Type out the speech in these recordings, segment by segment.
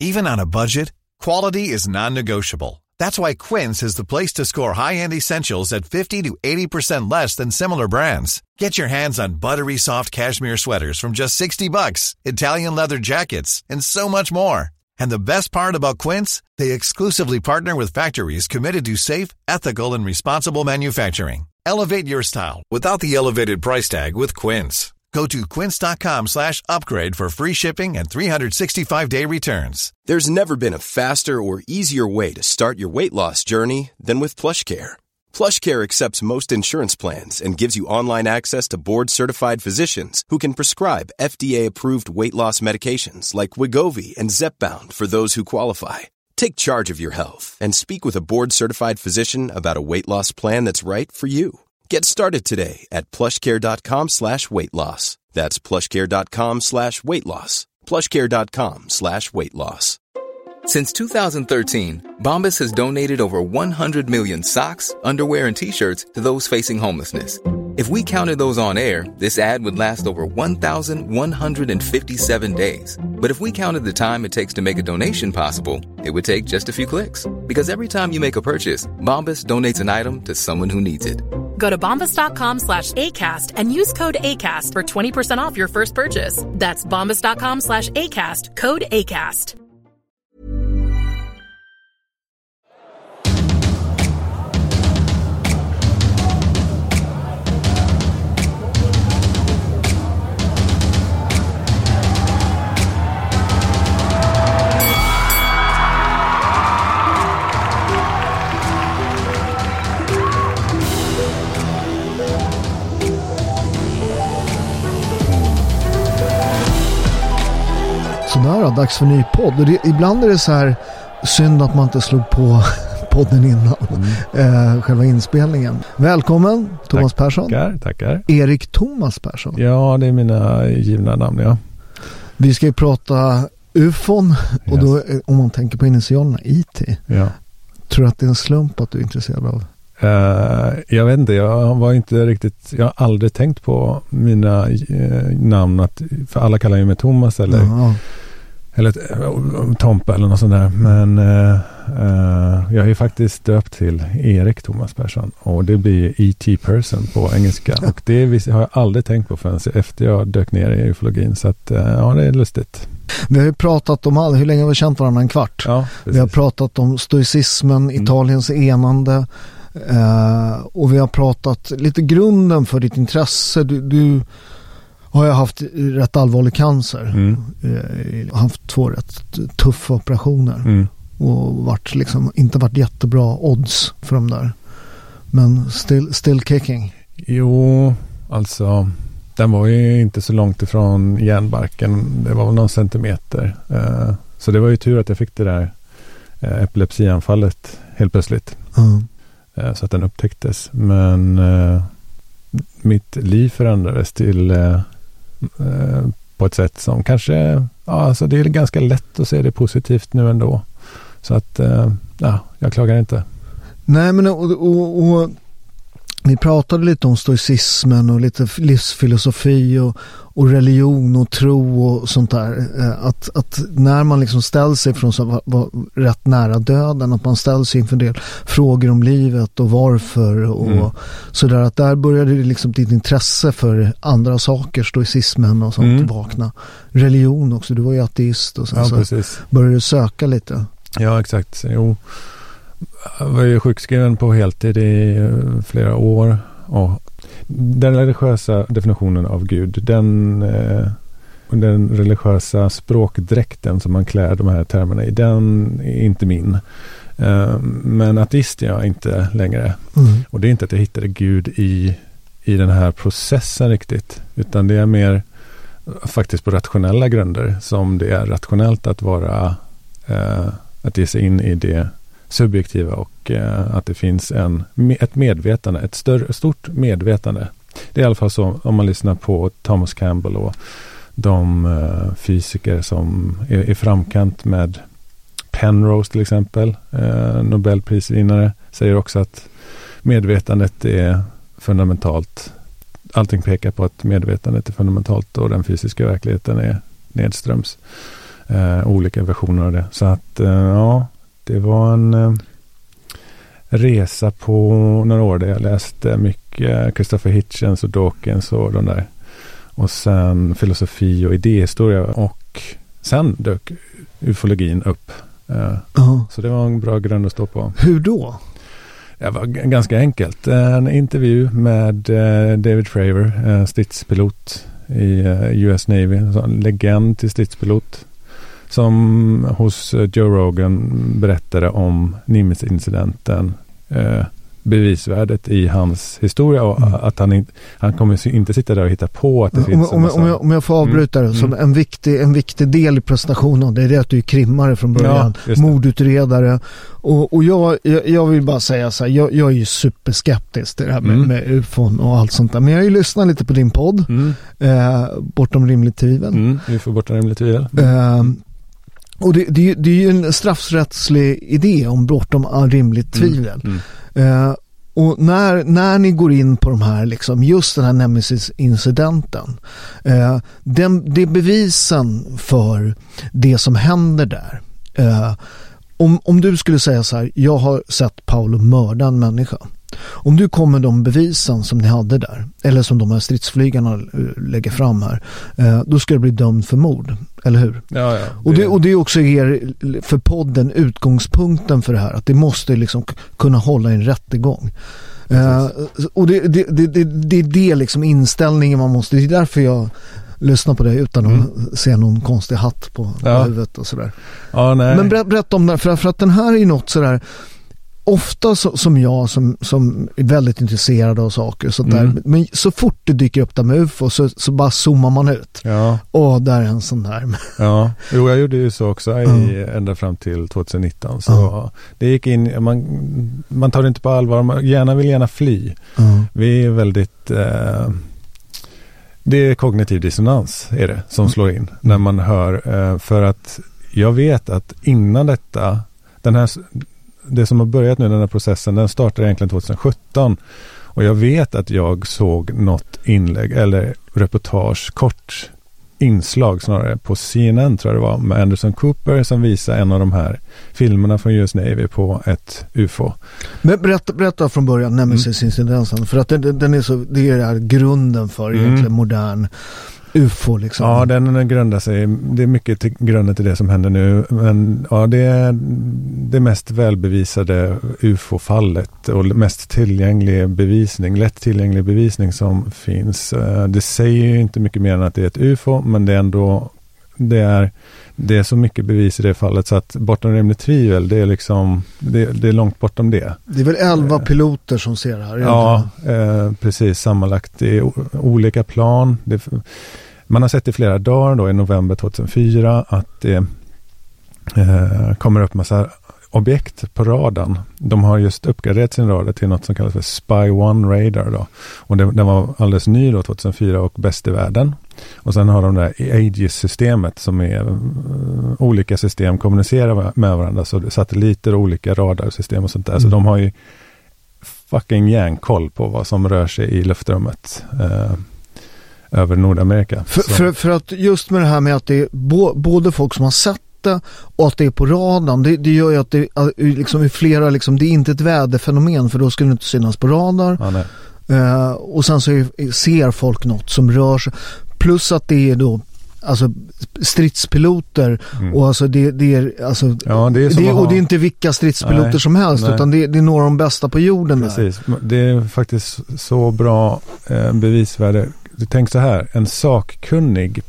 Even on a budget, quality is non-negotiable. That's why Quince is the place to score high-end essentials at 50 to 80% less than similar brands. Get your hands on buttery soft cashmere sweaters from just $60, Italian leather jackets, and so much more. And the best part about Quince, they exclusively partner with factories committed to safe, ethical, and responsible manufacturing. Elevate your style without the elevated price tag with Quince. Go to quince.com/upgrade for free shipping and 365-day returns. There's never been a faster or easier way to start your weight loss journey than with PlushCare. PlushCare accepts most insurance plans and gives you online access to board-certified physicians who can prescribe FDA-approved weight loss medications like Wegovy and Zepbound for those who qualify. Take charge of your health and speak with a board-certified physician about a weight loss plan that's right for you. Get started today at plushcare.com/weight loss. That's plushcare.com/weight loss. plushcare.com/weight loss. Since 2013, Bombas has donated over 100 million socks, underwear, and T-shirts to those facing homelessness. If we counted those on air, this ad would last over 1,157 days. But if we counted the time it takes to make a donation possible, it would take just a few clicks. Because every time you make a purchase, Bombas donates an item to someone who needs it. Go to bombas.com/ACAST and use code ACAST for 20% off your first purchase. That's bombas.com/ACAST, code ACAST. Sådär, dags för ny podd. Och ibland är det så här synd att man inte slog på podden innan själva inspelningen. Välkommen, Thomas Persson. Tackar. Erik Thomas Persson. Ja, det är mina givna namn, ja. Vi ska ju prata UFON och då, om man tänker på initialerna IT. Ja. Tror du att det är en slump att du är intresserad av? Jag vet inte, jag har aldrig tänkt på mina namn, för alla kallar ju mig Thomas eller Tompa eller något sånt där, men jag är ju faktiskt döpt till Erik Thomas Persson och det blir E.T. Person på engelska och det har jag aldrig tänkt på förrän efter jag dök ner i ufologin, så att ja, det är lustigt. Vi har ju pratat om hur länge har vi känt varandra? En kvart. Ja, vi har pratat om stoicismen, Italiens enande. Och vi har pratat lite grunden för ditt intresse. Du har ju haft rätt allvarlig cancer. Haft 2 rätt tuffa operationer. Och inte varit jättebra odds för dem där. Men still kicking. Jo, alltså den var ju inte så långt ifrån hjärnbarken. Det var någon centimeter. Så det var ju tur att jag fick det där epilepsianfallet helt plötsligt. Så att den upptäcktes. Men mitt liv förändrades till på ett sätt som kanske, alltså det är ganska lätt att se det positivt nu ändå. Så att, jag klagar inte. Nej, men och vi pratade lite om stoicismen och lite livsfilosofi och religion och tro och sånt där. Att när man liksom ställer sig från så var rätt nära döden, att man ställer sig inför en del frågor om livet och varför och sådär, att där började det liksom ditt intresse för andra saker, stoicismen och sånt vakna. Religion också, du var ju ateist och så började du söka lite. Ja, exakt. Jo. Jag var ju sjukskriven på heltid i flera år och den religiösa definitionen av Gud, den religiösa språkdräkten som man klär de här termerna i, den är inte min. Men ateist är jag inte längre. Och det är inte att jag hittade Gud i den här processen riktigt, utan det är mer faktiskt på rationella grunder som det är rationellt att vara att ge sig in i det subjektiva och att det finns ett medvetande, ett stort medvetande. Det är i alla fall så om man lyssnar på Thomas Campbell och de fysiker som är i framkant med Penrose till exempel, Nobelprisvinnare, säger också att medvetandet är fundamentalt. Allting pekar på att medvetandet är fundamentalt och den fysiska verkligheten är nedströms. olika versioner av det. Så att ja, det var en resa på några år där jag läste mycket Christopher Hitchens och Dawkins och de där. Och sen filosofi och idéhistoria, och sen dök ufologin upp. Så det var en bra grund att stå på. Hur då? Det var ganska enkelt. En intervju med David Fravor, stridspilot i US Navy, en legend till stridspilot, som hos Joe Rogan berättade om Nimitz-incidenten, bevisvärdet i hans historia, och att han kommer inte sitta där och hitta på att det finns om jag får avbryta det, som en viktig del i presentationen, det är det att du är krimmare från början, mordutredare, och jag vill bara säga så här, jag är ju superskeptisk till det här med UFOn och allt sånt där, men jag har ju lyssnat lite på din podd Bortom rimligt tvivel. UFO Bortom rimligt tvivel. Och det är ju en straffrättslig idé om bortom rimligt tvivel. Och när ni går in på de här, liksom, just den här Nemesis-incidenten, det är bevisen för det som händer där. Om du skulle säga så här, jag har sett Paolo mörda en människa. Om du kommer med de bevisen som ni hade där, eller som de här stridsflygarna lägger fram här, då ska det bli dömd för mord, eller hur? Ja, och det är också för podden utgångspunkten för det här, att det måste liksom kunna hålla en rättegång. Och det är det liksom inställningen man måste, det är därför jag lyssnar på det utan att se någon konstig hatt på huvudet och sådär. Men berätta om det, för att den här är ju något sådär, ofta som jag som är väldigt intresserad av saker och sånt där, men så fort det dyker upp där med UFO så bara zoomar man ut. Och där är en sån där. Jag gjorde ju så också ända fram till 2019, så det gick in, man tar det inte på allvar, man vill gärna fly. Vi är väldigt det är kognitiv dissonans är det som slår in när man hör, för att jag vet att innan detta, det som har börjat nu, den här processen, den startade egentligen 2017, och jag vet att jag såg något inlägg eller reportage, kort inslag snarare, på CNN tror jag det var, med Anderson Cooper, som visar en av de här filmerna från US Navy på ett UFO. Men berätta från början Nemesis-incidensen, för att den är så, det är grunden för egentligen modern UFO liksom. Ja, den grundar sig, det är mycket till grunden till det som händer nu, men ja, det är det mest välbevisade UFO-fallet och mest lätt tillgänglig bevisning som finns. Det säger ju inte mycket mer än att det är ett UFO, men det är ändå det är så mycket bevis i det fallet, så att bortom rimligt tvivel, det är liksom det är långt bortom det. Det är väl 11 piloter som ser det här? Ja, precis, sammanlagt. Det är olika plan. Man har sett i flera dagar då, i november 2004, att det kommer upp massa objekt på radarn. De har just uppgraderat sin radar till något som kallas för Spy One Radar då. Och den var alldeles ny då 2004 och bäst i världen. Och sen har de där Aegis-systemet som är olika system kommunicerar med varandra, så satelliter och olika radarsystem och sånt där. Så de har ju fucking järnkoll på vad som rör sig i luftrummet över Nordamerika. För att just med det här med att det är både folk som har sett det och att det är på radarn, det gör ju att det liksom är flera, liksom, det är inte ett väderfenomen, för då skulle det inte synas på radar. Och sen så ser folk något som rör sig, plus att det är då alltså stridspiloter och alltså det är alltså och det är inte vilka stridspiloter som helst, utan det är några av de bästa på jorden. Precis. Där. Det är faktiskt så bra bevisvärde. Du tänker så här, en sakkunnig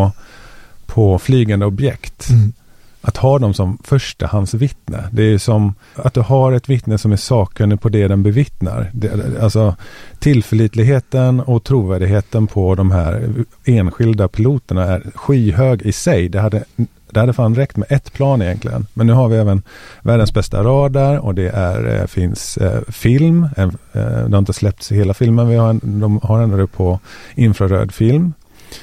på flygande objekt, att ha dem som förstahandsvittne. Det är som att du har ett vittne som är sakkunnig på det den bevittnar. Alltså tillförlitligheten och trovärdigheten på de här enskilda piloterna är skyhög i sig. Det hade fan räckt med ett plan egentligen. Men nu har vi även världens bästa radar, och det finns film. Det har inte släppts hela filmen. De har ändå det på infraröd film.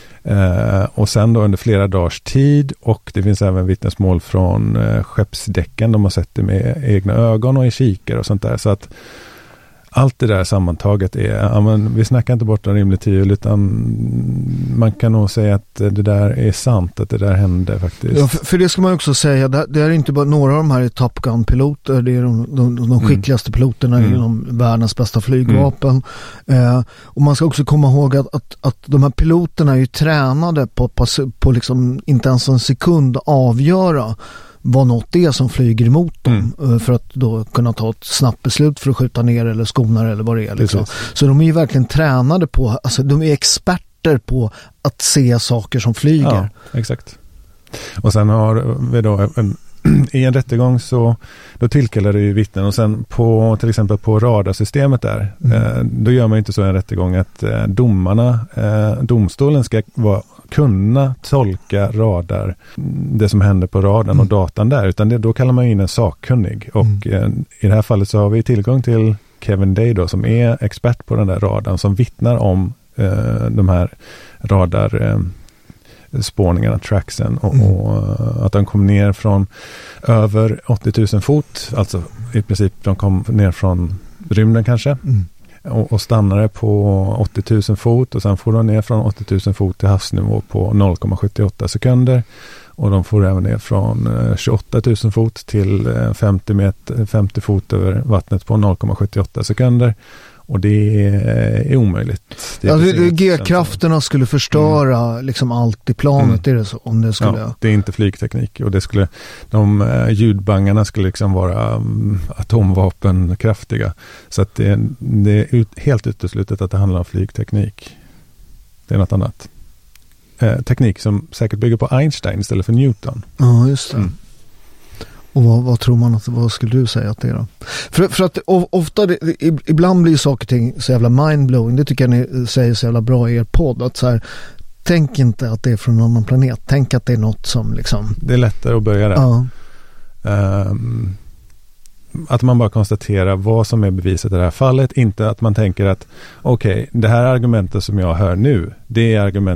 Och sen då under flera dagars tid, och det finns även vittnesmål från skeppsdäcken, de har sett det med egna ögon och i kikare och sånt där, så att allt det där sammantaget är, vi snackar inte bort en rimlig tid, utan man kan nog säga att det där är sant, att det där hände faktiskt. Ja, för det ska man också säga, det är inte bara några av de här Top Gun-piloter, det är de skickligaste piloterna inom världens bästa flygvapen. Och man ska också komma ihåg att de här piloterna är ju tränade på liksom inte ens en sekund avgöra vad något är som flyger emot dem för att då kunna ta ett snabbt beslut för att skjuta ner eller skonar eller vad det är. Liksom. Så de är ju verkligen tränade på, alltså de är experter på att se saker som flyger. Ja, exakt. Och sen har vi då i en rättegång så då tillkallar det ju vittnen, och sen till exempel på radarsystemet där då gör man inte så i en rättegång att domstolen ska kunna tolka radar, det som händer på radarn och datan där, utan då kallar man in en sakkunnig, och i det här fallet så har vi tillgång till Kevin Day då, som är expert på den där radarn, som vittnar om de här radarspårningarna, tracksen, och att de kom ner från över 80 000 fot, alltså i princip de kom ner från rymden kanske, och stannade på 80 000 fot, och sen får de ner från 80 000 fot till havsnivå på 0,78 sekunder, och de får även ner från 28 000 fot till 50 fot över vattnet på 0,78 sekunder. Och det är omöjligt. G-krafterna skulle förstöra liksom allt i planet, är det så? Om det skulle... Ja, det är inte flygteknik, och de ljudbangarna skulle liksom vara atomvapenkraftiga. Så att det är helt uteslutet att det handlar om flygteknik. Det är något annat. Teknik som säkert bygger på Einstein istället för Newton. Ja, just det. Och vad tror man vad skulle du säga att det är då? För att ofta, ibland blir saker och ting så jävla mindblowing. Det tycker jag ni säger så jävla bra i er podd. Att så här, tänk inte att det är från en annan planet. Tänk att det är något som liksom... Det är lättare att börja där. Ja. Att man bara konstaterar vad som är beviset i det här fallet. Inte att man tänker att okej, det här argumentet som jag hör nu, det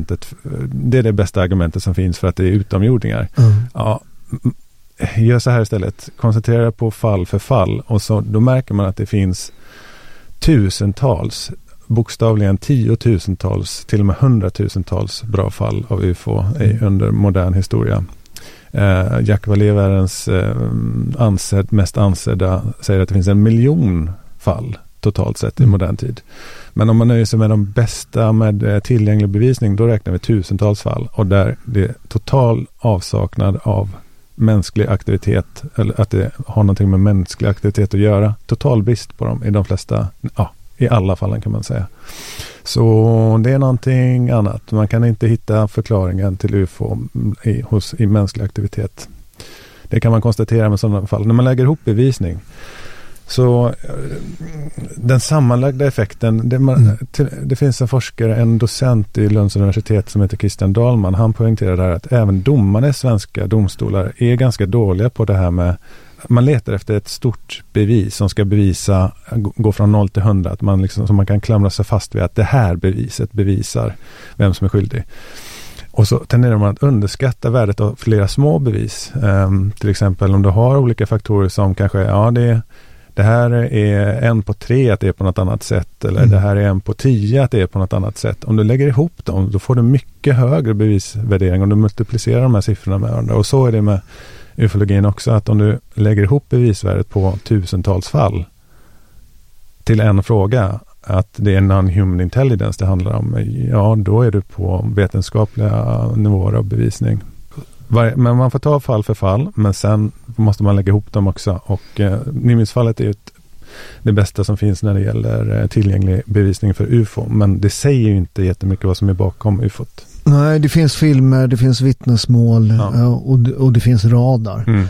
är det bästa argumentet som finns för att det är utomjordingar. Ja, gör så här istället. Koncentrera på fall för fall, och så då märker man att det finns tusentals, bokstavligen 10 000-tals, till och med 100 000-tals bra fall av UFO under modern historia. Jack Vallee, världens mest ansedda, säger att det finns 1 miljon fall totalt sett i modern tid. Men om man nöjer sig med de bästa med tillgänglig bevisning, då räknar vi tusentals fall, och där det är total avsaknad av mänsklig aktivitet, eller att det har någonting med mänsklig aktivitet att göra. Total brist på dem i de flesta, i alla fallen kan man säga. Så det är någonting annat. Man kan inte hitta förklaringen till UFO i mänsklig aktivitet. Det kan man konstatera med sådana fall. När man lägger ihop bevisning, så den sammanlagda effekten, det finns en forskare, en docent i Lunds universitet som heter Christian Dahlman. Han poängterar där att även domarna i svenska domstolar är ganska dåliga på det här med, man letar efter ett stort bevis som ska bevisa, gå från 0 till 100, att man liksom, så man kan klamra sig fast vid att det här beviset bevisar vem som är skyldig. Och så tenderar man att underskatta värdet av flera små bevis. Till exempel om du har olika faktorer som kanske, det här är 1 på 3 att det är på något annat sätt, eller det här är 1 på 10 att det är på något annat sätt. Om du lägger ihop dem, då får du mycket högre bevisvärdering om du multiplicerar de här siffrorna med varandra. Och så är det med ufologin också, att om du lägger ihop bevisvärdet på tusentals fall till en fråga, att det är non-human intelligence det handlar om, då är du på vetenskapliga nivåer av bevisning. Men man får ta fall för fall, men sen måste man lägga ihop dem också, och Nimitz-fallet är det bästa som finns när det gäller tillgänglig bevisning för UFO, men det säger ju inte jättemycket vad som är bakom UFOt. Nej, det finns filmer, det finns vittnesmål och det finns radar.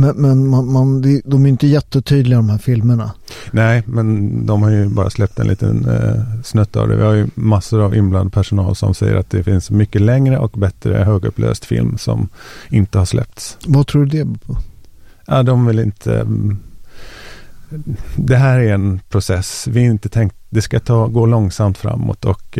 Men de är inte jättetydliga, de här filmerna. Nej, men de har ju bara släppt en liten snutt av det. Vi har ju massor av inblandad personal som säger att det finns mycket längre och bättre högupplöst film som inte har släppts. Vad tror du det beror på? Ja, de vill inte... Det här är en process. Vi är inte tänkt... Det ska gå långsamt framåt, och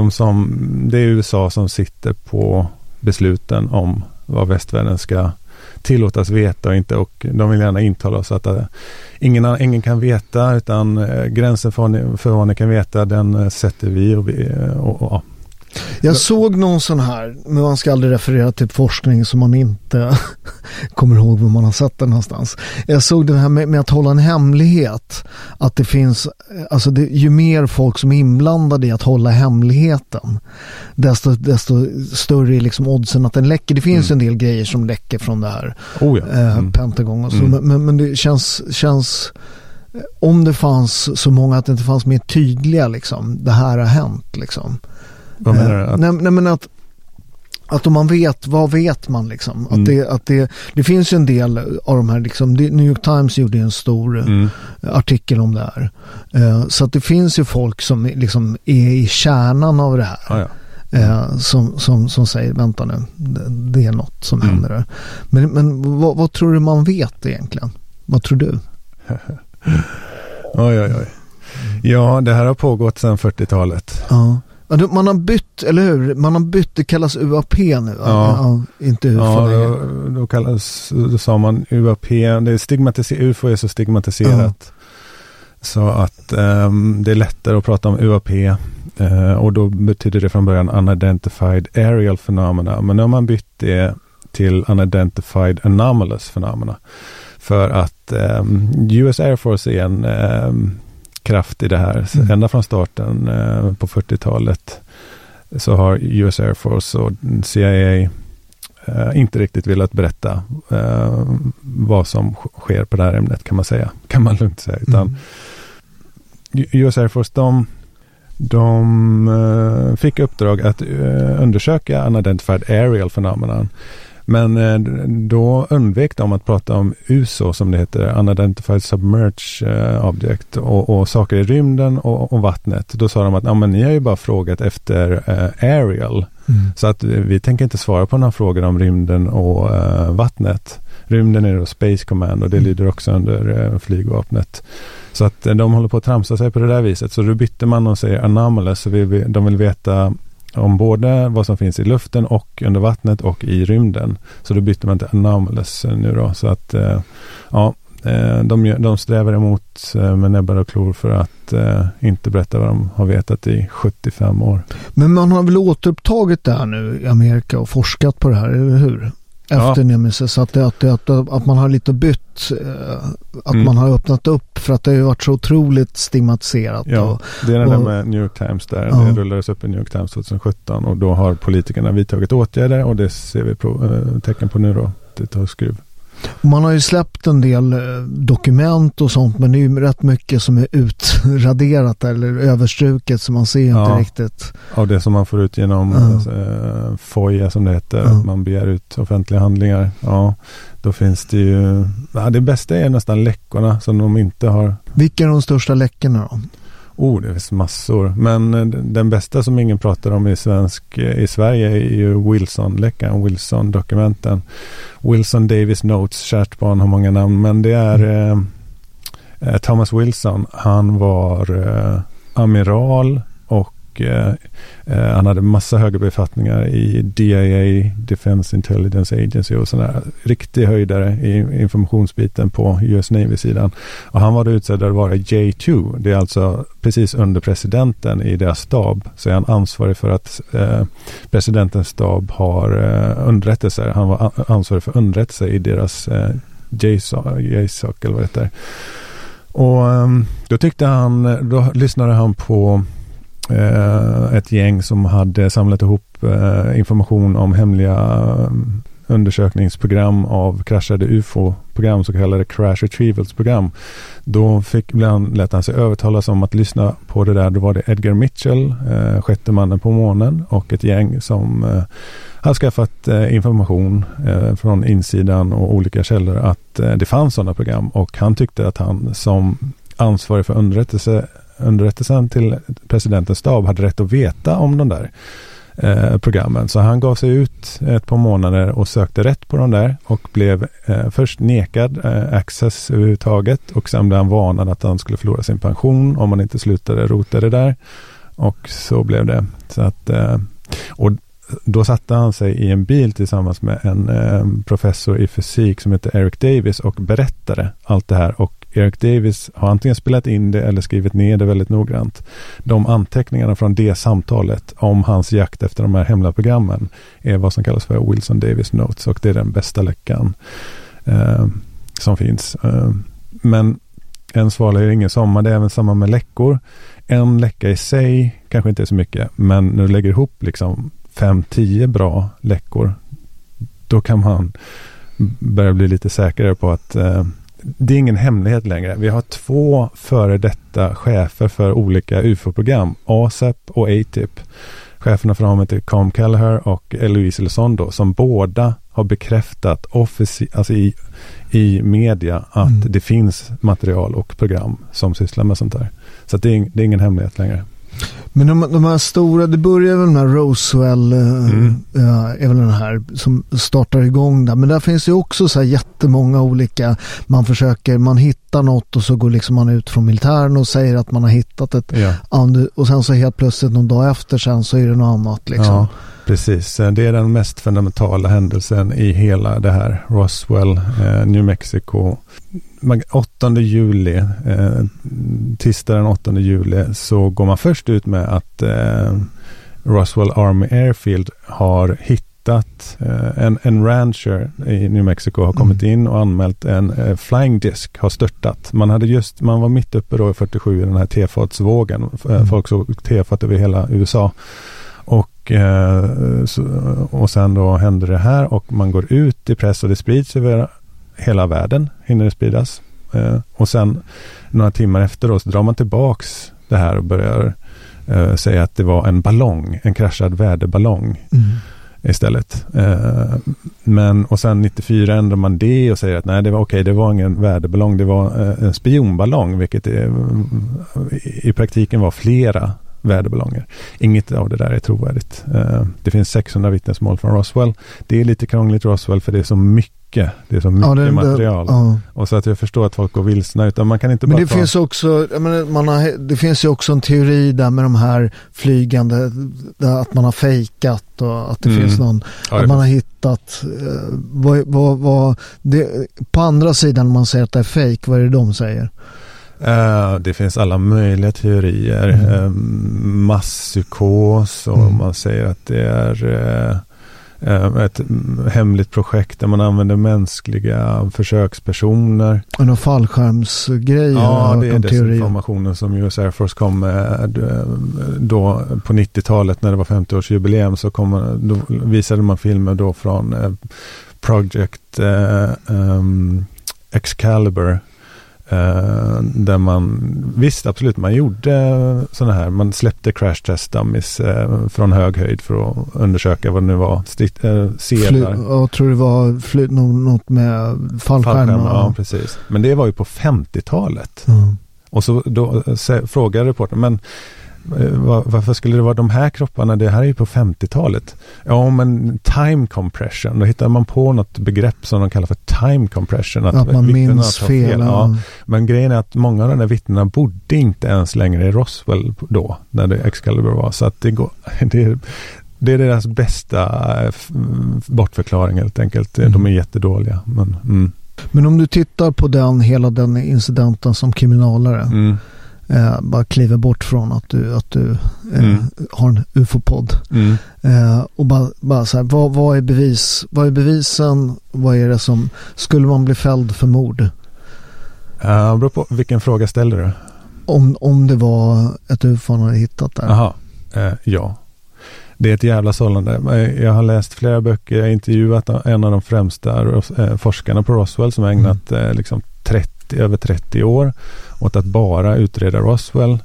det är USA som sitter på besluten om vad västvärlden ska tillåtas veta och de vill gärna intala oss att ingen kan veta, utan gränsen för vad ni kan veta, den sätter vi och Jag såg någon sån här, men man ska aldrig referera till forskning som man inte kommer ihåg var man har sett den någonstans. Jag såg den här med att hålla en hemlighet, att det finns, alltså ju mer folk som är inblandade i att hålla hemligheten, desto större är liksom oddsen att den läcker. Det finns en del grejer som läcker från det här Pentagon och så, men det känns om det fanns så många att det inte fanns mer tydliga liksom, det här har hänt liksom. Vad menar du? Nej, men att om man vet, vad vet man liksom? Att det finns ju en del av de här liksom, New York Times gjorde en stor artikel om det här. Så att det finns ju folk som liksom är i kärnan av det här. Som säger, vänta nu, det är något som händer där. Men vad tror du man vet egentligen? Vad tror du? Oj. Ja, det här har pågått sedan 40-talet. Ja. Man har bytt, eller hur? Man har bytt, det kallas UAP nu. Ja, inte UFO. Ja, då sa man UAP. Det är UFO är så stigmatiserat. Så att det är lättare att prata om UAP. Och då betyder det från början Unidentified Aerial Phenomena. Men nu har man bytt det till Unidentified Anomalous Phenomena. För att US Air Force är en kraft i det här. Ända från starten på 40-talet så har US Air Force och CIA inte riktigt velat berätta vad som sker på det här ämnet, kan man lugnt säga. Utan US Air Force de fick uppdrag att undersöka Unidentified Aerial Phenomenon. Men då undvek de att prata om USO, som det heter, Unidentified Submerged Object, och saker i rymden och vattnet. Då sa de att men ni har ju bara frågat efter aerial. Så att vi tänker inte svara på några frågor om rymden och vattnet. Rymden är då Space Command och det lyder också under flygvapnet. Så att de håller på att tramsa sig på det där viset. Så då bytte man och säger anomalous, så de vill veta om både vad som finns i luften och under vattnet och i rymden. Så då bytte man till anomalous nu då. Så att de strävar emot med näbbar och klor för att inte berätta vad de har vetat i 75 år. Men man har väl återupptagit det här nu i Amerika och forskat på det här, eller hur? Efter Nemesis, att man har lite bytt, att man har öppnat upp, för att det har ju varit så otroligt stigmatiserat. Ja, det är den där med New York Times där. Det rullades upp i New York Times 2017 och då har politikerna vidtagit åtgärder och det ser vi tecken på nu då. Det tar skruv. Man har ju släppt en del dokument och sånt, men det är ju rätt mycket som är utraderat eller överstruket, så man ser ju inte riktigt. Av det som man får ut genom FOIA, som det heter, att man begär ut offentliga handlingar. Ja, då finns det ju... det bästa är nästan läckorna som de inte har... Vilka är de största läckorna då? Det finns massor. Men den bästa som ingen pratar om i Sverige är ju Wilson-läckan, Wilson-dokumenten. Wilson Davis Notes, kärt barn har många namn, men det är Thomas Wilson. Han var amiral och han hade massa höga befattningar i DIA, Defense Intelligence Agency, och sådana här riktig höjdare i informationsbiten på US Navy-sidan. Och han var utsedd att vara J2. Det är alltså precis under presidenten i deras stab. Så är han ansvarig för att presidentens stab har underrättelser. Han var ansvarig för underrättelser i deras JSOC eller vad det heter. Och då lyssnade han på ett gäng som hade samlat ihop information om hemliga undersökningsprogram av kraschade UFO-program, så kallade crash retrievals-program. Då lät han sig övertalas om att lyssna på det där. Då var det Edgar Mitchell, sjätte mannen på månen, och ett gäng som har skaffat information från insidan och olika källor att det fanns sådana program, och han tyckte att han som ansvarig för underrättelsen till presidentens stab hade rätt att veta om de där programmen. Så han gav sig ut ett par månader och sökte rätt på de där och blev först nekad access överhuvudtaget, och sen blev han varnad att han skulle förlora sin pension om han inte slutade rota det där, och så blev det. Så att, och då satte han sig i en bil tillsammans med en professor i fysik som heter Eric Davis och berättade allt det här. Och Eric Davis har antingen spelat in det eller skrivit ner det väldigt noggrant. De anteckningarna från det samtalet om hans jakt efter de här hemliga programmen är vad som kallas för Wilson Davis Notes, och det är den bästa läckan som finns. Men en svala är ingen sommar, det är även samma med läckor. En läcka i sig kanske inte är så mycket, men när du lägger ihop liksom 5-10 bra läckor, då kan man börja bli lite säkrare på att det är ingen hemlighet längre. Vi har 2 före detta chefer för olika UFO-program, ASAP och ATIP. Cheferna för dem heter Com Kelleher och Eloise Elizondo, som båda har bekräftat alltså i media att det finns material och program som sysslar med sånt här. Så att det är ingen hemlighet längre. Men de här stora, det börjar väl med Roswell är väl den här som startar igång där. Men där finns ju också så här jättemånga olika, man hittar något och så går liksom man ut från militären och säger att man har hittat ett och sen så helt plötsligt någon dag efter sen så är det något annat liksom. Ja, precis. Det är den mest fundamentala händelsen i hela det här Roswell, New Mexico. 8 juli, tisdag den 8 juli, så går man först ut med att Roswell Army Airfield har hittat en rancher i New Mexico har kommit in och anmält en flying disc har störtat. Man var mitt uppe då i 47 i den här tefatsvågen. Folk såg tefat över hela USA. Och sen då händer det här och man går ut i press och det sprids över hela världen, hinner det spridas. Och sen några timmar efter då så drar man tillbaks det här och börjar säga att det var en kraschad väderballong istället. Och sen 94 ändrar man det och säger att nej, det var ingen väderballong, det var en spionballong, vilket i praktiken var flera väderballonger. Inget av det där är trovärdigt. Det finns 600 vittnesmål från Roswell. Det är lite krångligt Roswell för det är så mycket material. Och så att jag förstår att folk går vilsna, utan man kan inte bara det finns också, det finns ju också en teori där med de här flygande, att man har fejkat och att det finns någon, att man har hittat på andra sidan man säger att det är fejk, vad är det de säger? Det finns alla möjliga teorier. Masspsykos, och man säger att det är ett hemligt projekt där man använder mänskliga försökspersoner. Och någon fallskärmsgrej. Ja, det är desinformationen som US Air Force kom med då på 90-talet när det var 50-årsjubileum, så då visade man filmer då från Project Excalibur, där man gjorde sådana här, man släppte crash test dummies från hög höjd för att undersöka vad det nu var, sedlar. Jag tror det var något med fallskärmar. Ja, precis. Men det var ju på 50-talet. Och så då frågade reportern, men varför skulle det vara de här kropparna? Det här är ju på 50-talet. Ja, men time compression. Då hittar man på något begrepp som de kallar för time compression. Att man minns fel. Ja. Men grejen är att många av de där vittnena bodde inte ens längre i Roswell då, när det Excalibur var. Så att det är deras bästa bortförklaring helt enkelt. De är jättedåliga. Men om du tittar på hela den incidenten som kriminalare, bara kliver bort från att du har en UFO-podd och bara så här, vad är bevisen, vad är det som, skulle man bli fälld för mord? Beror på vilken fråga ställer du? Om det var ett UFO man hade hittat där. Aha, ja. Det är ett jävla sållande. Jag har läst flera böcker, jag har intervjuat en av de främsta forskarna på Roswell som har ägnat över 30 år åt att bara utreda Roswell.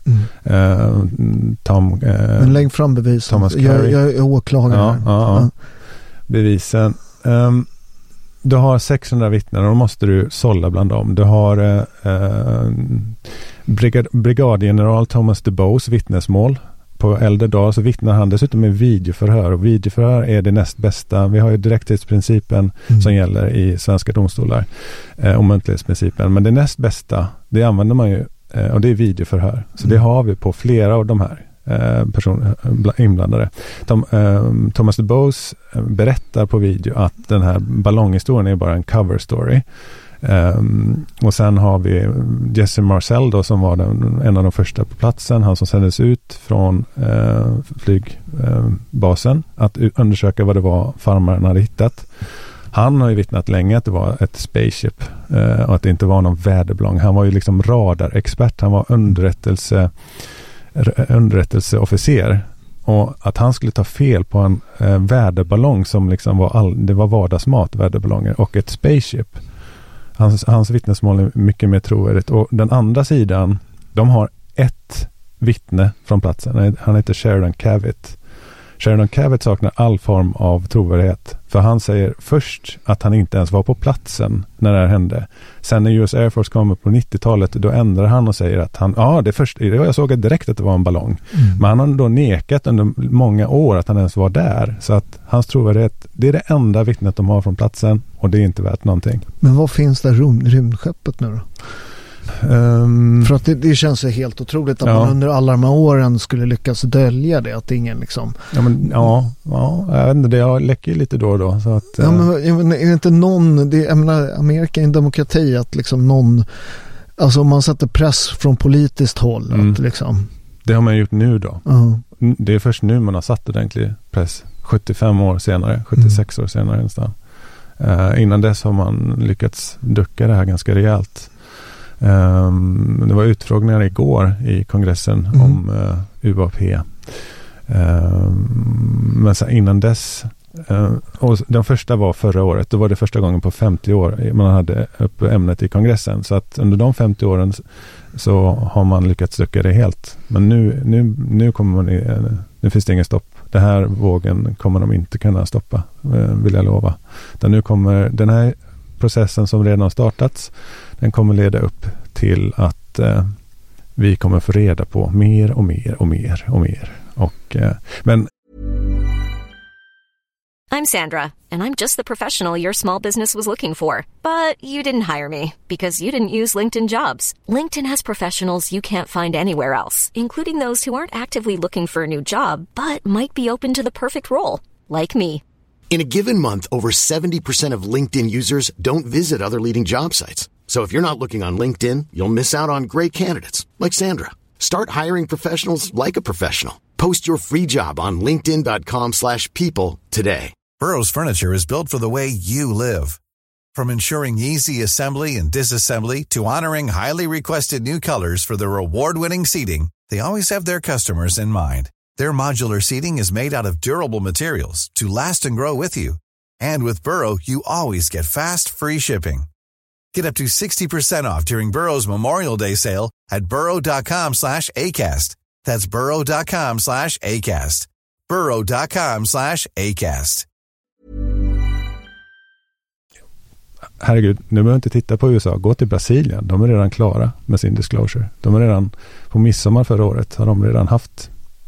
Men lägg fram bevisen. Thomas Carey. Jag är åklagare. Ja. Bevisen. Du har 600 vittnen och då måste du sålla bland dem. Du har brigadgeneral Thomas DuBose vittnesmål. På äldre dag så vittnar han dessutom med videoförhör, och videoförhör är det näst bästa. Vi har ju direkthetsprincipen som gäller i svenska domstolar och muntlighetsprincipen, men det näst bästa, det använder man ju och det är videoförhör. Så det har vi på flera av de här personer inblandade. Thomas DuBose berättar på video att den här ballonghistorien är bara en cover story. Och sen har vi Jesse Marcel då, som var en av de första på platsen, han som sändes ut från flygbasen att undersöka vad det var farmaren hade hittat. Han har ju vittnat länge att det var ett spaceship och att det inte var någon väderballong. Han var ju liksom radarexpert, han var underrättelseofficer, och att han skulle ta fel på en väderballong som liksom det var vardagsmat, väderballonger, och ett spaceship. Hans vittnesmål är mycket mer trovärdigt. Och den andra sidan, de har ett vittne från platsen. Han heter Sheridan Cavitt. Sheridan Cavitt saknar all form av trovärdighet. För han säger först att han inte ens var på platsen när det här hände. Sen när US Air Force kom upp på 90-talet, då ändrar han och säger att jag såg direkt att det var en ballong. Men han har då nekat under många år att han ens var där. Så att hans trovärdighet, det är det enda vittnet de har från platsen, och det är inte värt någonting. Men vad finns där rymdskeppet nu då? För att det känns ju helt otroligt att man under alla de här åren skulle lyckas dölja det, att ingen liksom... jag vet inte, det läcker lite då och då. Så att, men är det inte någon... Jag menar, Amerika är en demokrati, att liksom någon... Alltså om man sätter press från politiskt håll. Att liksom... Det har man gjort nu då. Det är först nu man har satt ordentlig press. 75 år senare, 76 år senare nästan. Innan dess har man lyckats ducka det här ganska rejält. Det var utfrågningar igår i kongressen om UAP. Men så innan dess, och den första var förra året, då var det första gången på 50 år man hade upp ämnet i kongressen. Så att under de 50 åren så har man lyckats ducka det helt. Men nu kommer nu finns det ingen stopp. Den här vågen kommer de inte kunna stoppa, vill jag lova. Nu kommer den här processen som redan har startats, den kommer leda upp till att vi kommer få reda på mer och mer och mer och mer. Men I'm Sandra, and I'm just the professional your small business was looking for. But you didn't hire me because you didn't use LinkedIn Jobs. LinkedIn has professionals you can't find anywhere else, including those who aren't actively looking for a new job, but might be open to the perfect role, like me. In a given month, over 70% of LinkedIn users don't visit other leading job sites. So if you're not looking on LinkedIn, you'll miss out on great candidates like Sandra. Start hiring professionals like a professional. Post your free job on linkedin.com/people today. Burrow's furniture is built for the way you live. From ensuring easy assembly and disassembly to honoring highly requested new colors for their award-winning seating, they always have their customers in mind. Their modular seating is made out of durable materials to last and grow with you. And with Burrow, you always get fast, free shipping. Get up to 60% off during Burrow's Memorial Day sale at burrow.com/ACAST. That's burrow.com/ACAST. burrow.com/ACAST. Herregud, nu behöver inte titta på USA. Gå till Brasilien. De är redan klara med sin disclosure. De är redan på midsommar förra året har de redan haft.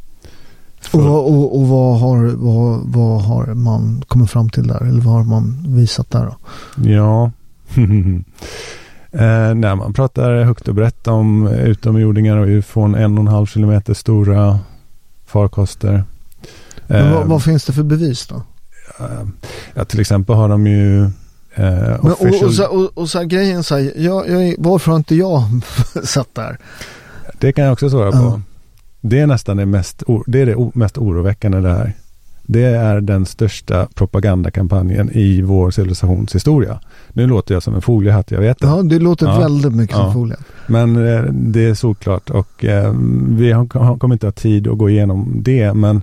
Och vad har man kommit fram till där? Eller vad har man visat där då? Ja. När man pratar högt och brett om utomjordingar och UFOn, 1,5 kilometer stora farkoster. Men vad finns det för bevis då? Ja, till exempel har de ju och så här grejen så här, varför har inte jag satt där? Det kan jag också svara på. Det är nästan det mest oroväckande det här. Det är den största propagandakampanjen i vår civilisationshistoria. Nu låter jag som en foliehatt, jag vet det. Ja, det låter väldigt mycket som folie. Men det är såklart, och vi kommer inte ha tid att gå igenom det, men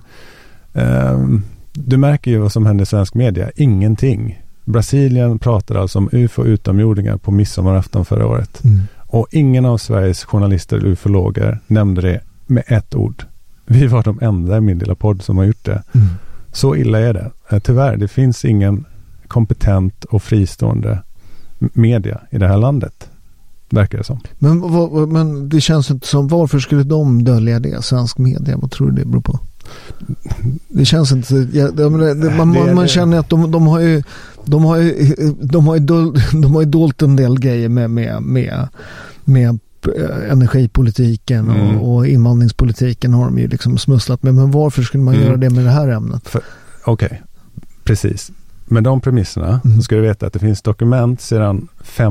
du märker ju vad som händer i svensk media. Ingenting. Brasilien pratar alltså om UFO-utomjordingar på midsommarafton förra året. Och ingen av Sveriges journalister eller ufologer nämnde det med ett ord. Vi var de enda i min lilla podd som har gjort det. Så illa är det. Tyvärr, det finns ingen kompetent och fristående media i det här landet. Verkar det som. Men det känns inte som, varför skulle de dölja det? Svensk media, vad tror du det beror på? Det känns inte... Man känner att de har ju dolt en del grejer med energipolitiken och invandringspolitiken har de ju liksom smusslat med. Men varför skulle man göra det med det här ämnet? Okej, precis. Med de premisserna så ska du veta att det finns dokument sedan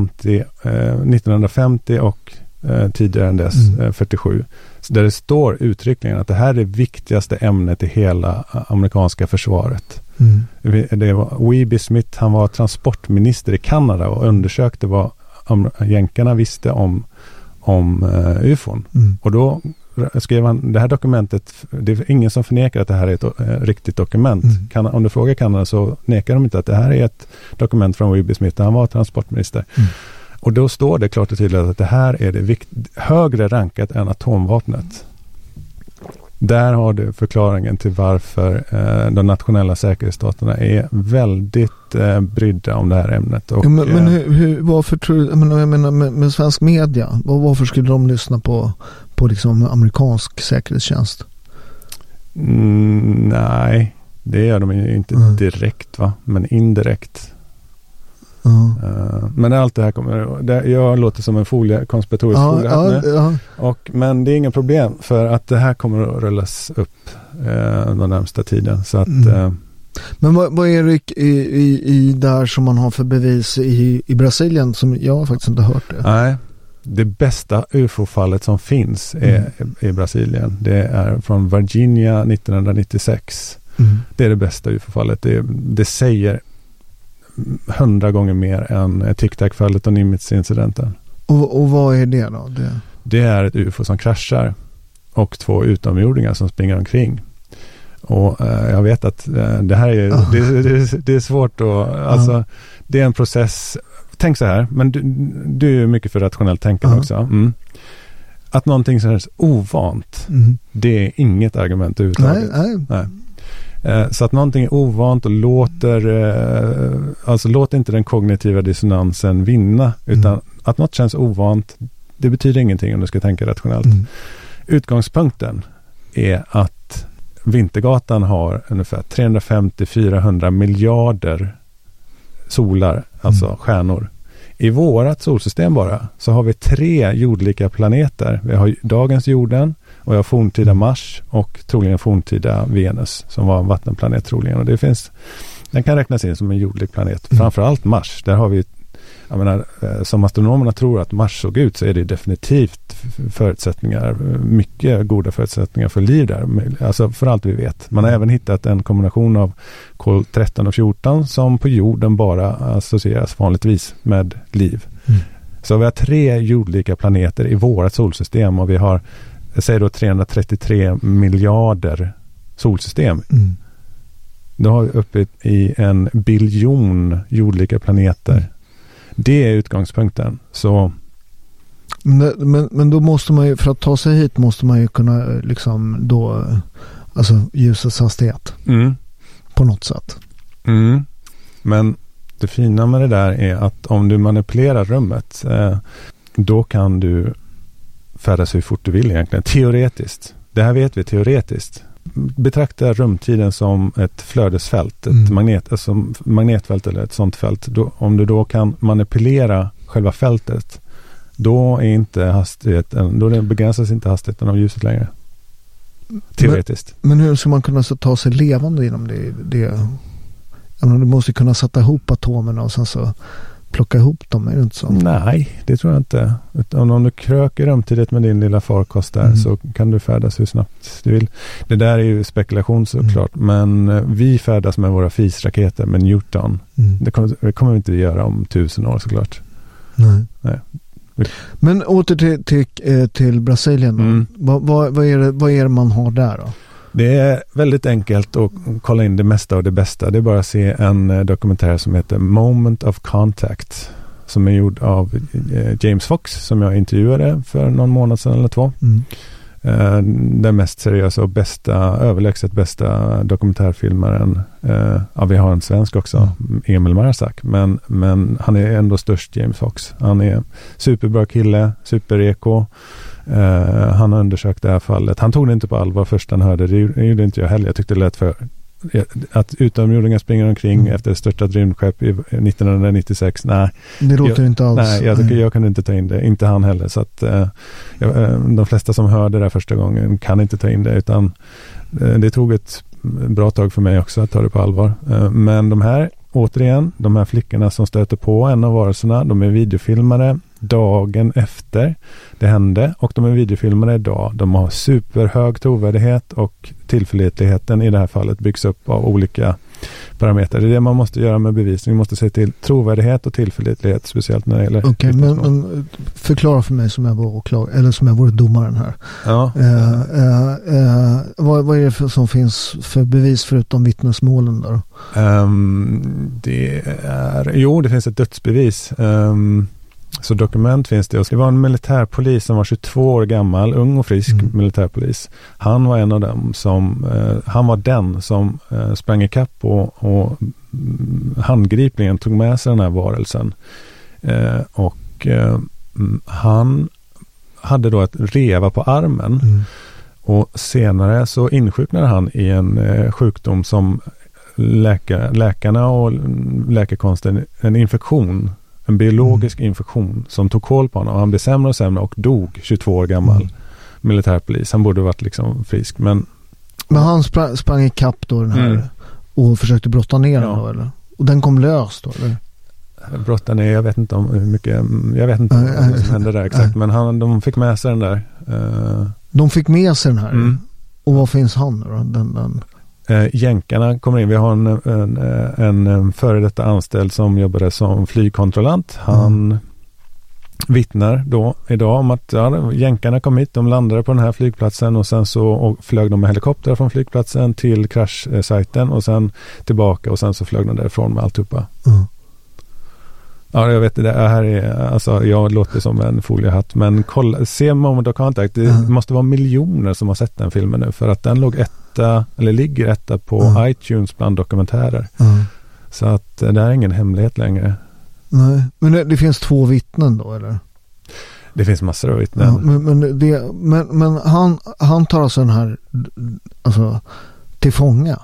1950 och tidigare än dess 47 där det står uttryckligen att det här är det viktigaste ämnet i hela amerikanska försvaret. Det var W.B. Smith, han var transportminister i Kanada och undersökte vad jänkarna visste om UFOn. Och då skrev han det här dokumentet, det är ingen som förnekar att det här är ett riktigt dokument. Om du frågar Kanada så nekar de inte att det här är ett dokument från W.B. Smith, han var transportminister. Och då står det klart och tydligt att det här är det högre rankat än atomvapnet. Där har du förklaringen till varför de nationella säkerhetsstaterna är väldigt brydda om det här ämnet. Och, varför tror du, jag menar med svensk media, varför skulle de lyssna på liksom amerikansk säkerhetstjänst? Nej, det gör de ju inte direkt, va? Men indirekt. Men allt det här jag låter som en konspiratorisk folie nu. Men det är inga problem för att det här kommer att rullas upp den närmsta tiden. Så att, men vad är det i där som man har för bevis i Brasilien som jag faktiskt inte hört det? Nej, det bästa UFO-fallet som finns är i Brasilien. Det är från Virginia 1996. Det är det bästa UFO-fallet. Det säger 100 gånger mer än Tic-Tac-fallet och Nimitz-incidenten. Och vad är det då? Det är ett UFO som kraschar och 2 utomjordingar som springer omkring. Och jag vet att det här är det är svårt att alltså det är en process. Tänk så här, men du är mycket för rationellt tänkande också. Att någonting som är ovant, det är inget argument överhuvudtaget. Nej. Så att någonting är ovant och låter inte den kognitiva dissonansen vinna, utan att något känns ovant, det betyder ingenting om du ska tänka rationellt. Utgångspunkten är att Vintergatan har ungefär 350-400 miljarder solar, alltså stjärnor. I vårat solsystem bara så har vi 3 jordlika planeter. Vi har dagens jorden och jag har forntida Mars och troligen forntida Venus som var en vattenplanet troligen. Och den kan räknas in som en jordlik planet. Framförallt Mars, där har vi, jag menar, som astronomerna tror att Mars såg ut, så är det definitivt förutsättningar, mycket goda förutsättningar för liv där. Alltså för allt vi vet. Man har även hittat en kombination av kol 13 och 14 som på jorden bara associeras vanligtvis med liv. Så vi har 3 jordlika planeter i vårt solsystem och vi har, jag säger då 333 miljarder solsystem. Då har vi uppe i 1 biljon jordlika planeter. Det är utgångspunkten. Så men då måste man ju, för att ta sig hit måste man ju kunna liksom då, alltså ljusets hastighet på något sätt. Men det fina med det där är att om du manipulerar rummet då kan du färdas hur fort du vill egentligen, teoretiskt. Det här vet vi teoretiskt. Betrakta rumtiden som ett flödesfält, ett magnetfält eller ett sånt fält. Om du då kan manipulera själva fältet, då är inte hastigheten, då begränsas inte hastigheten av ljuset längre. Teoretiskt. Men hur ska man kunna ta sig levande inom det? Du måste kunna sätta ihop atomerna och sen så plocka ihop dem, är det inte så? Nej, det tror jag inte. Utan om du kröker rumtidigt med din lilla farkost där så kan du färdas hur snabbt du vill. Det där är ju spekulation såklart, men vi färdas med våra FIS-raketer med Newton. Det kommer vi inte göra om 1000 år såklart. Nej. Men åter till Brasilien då. Vad är det man har där då? Det är väldigt enkelt att kolla in det mesta och det bästa. Det är bara att se en dokumentär som heter Moment of Contact, som är gjord av James Fox, som jag intervjuade för någon månad sedan eller 2. Den mest seriösa och överlägset bästa dokumentärfilmaren. Vi har en svensk också, Emil Marsak, men han är ändå störst, James Fox. Han är superbra kille, supereko. Han har undersökt det här fallet. Han tog det inte på allvar först han hörde det. Det gjorde inte jag heller. Jag tyckte det lät för att utomjordingar springer omkring efter ett störtat rymdskepp 1996, nej. Det låter inte alls. Nej, jag kunde inte ta in det. Inte han heller. Så att de flesta som hörde det där första gången kan inte ta in det, utan det tog ett bra tag för mig också att ta det på allvar. Men de här flickorna som stöter på en av varelserna, de är videofilmade dagen efter det hände, och de är videofilmade idag. De har superhög trovärdighet, och tillförlitligheten i det här fallet byggs upp av olika parametrar. Det är det man måste göra med bevisning. Man måste se till trovärdighet och tillförlitlighet, speciellt när det gäller... Okej, men förklara för mig som jag vore domaren här. Ja. Vad är det som finns för bevis förutom vittnesmålen där? Det finns ett dödsbevis. Så dokument finns det. Och det var en militärpolis som var 22 år gammal, ung och frisk militärpolis. Han var en av dem som sprang ikapp och handgripligen tog med sig den här varelsen. Han hade då ett reva på armen. Och senare så insjuknade han i en sjukdom som läkarna och läkekonsten, en infektion. En biologisk infektion som tog koll på honom. Han blev sämre och sämre och dog 22 år gammal militärpolis. Han borde varit liksom frisk. Men han sprang i kapp då den här och försökte brotta ner den då, eller? Och den kom lös då, eller? Brotta ner, jag vet inte vad som hände där exakt. Men de fick med sig den där. De fick med sig den här? Och vad finns han då? Den jänkarna kommer in. Vi har en före detta anställd som jobbade som flygkontrollant. Han vittnar då idag om att jänkarna kom hit, de landade på den här flygplatsen och sen så flög de med helikopter från flygplatsen till kraschsajten och sen tillbaka och sen så flög de därifrån med alltihopa. Ja, jag vet det här är, alltså jag låter som en foliehatt, men se Moment of Contact, det måste vara miljoner som har sett den filmen nu, för att den ligger etta på iTunes bland dokumentärer. Så att det är ingen hemlighet längre. Nej, men det finns 2 vittnen då, eller? Det finns massor av vittnen. Men han tar alltså den här till fånga.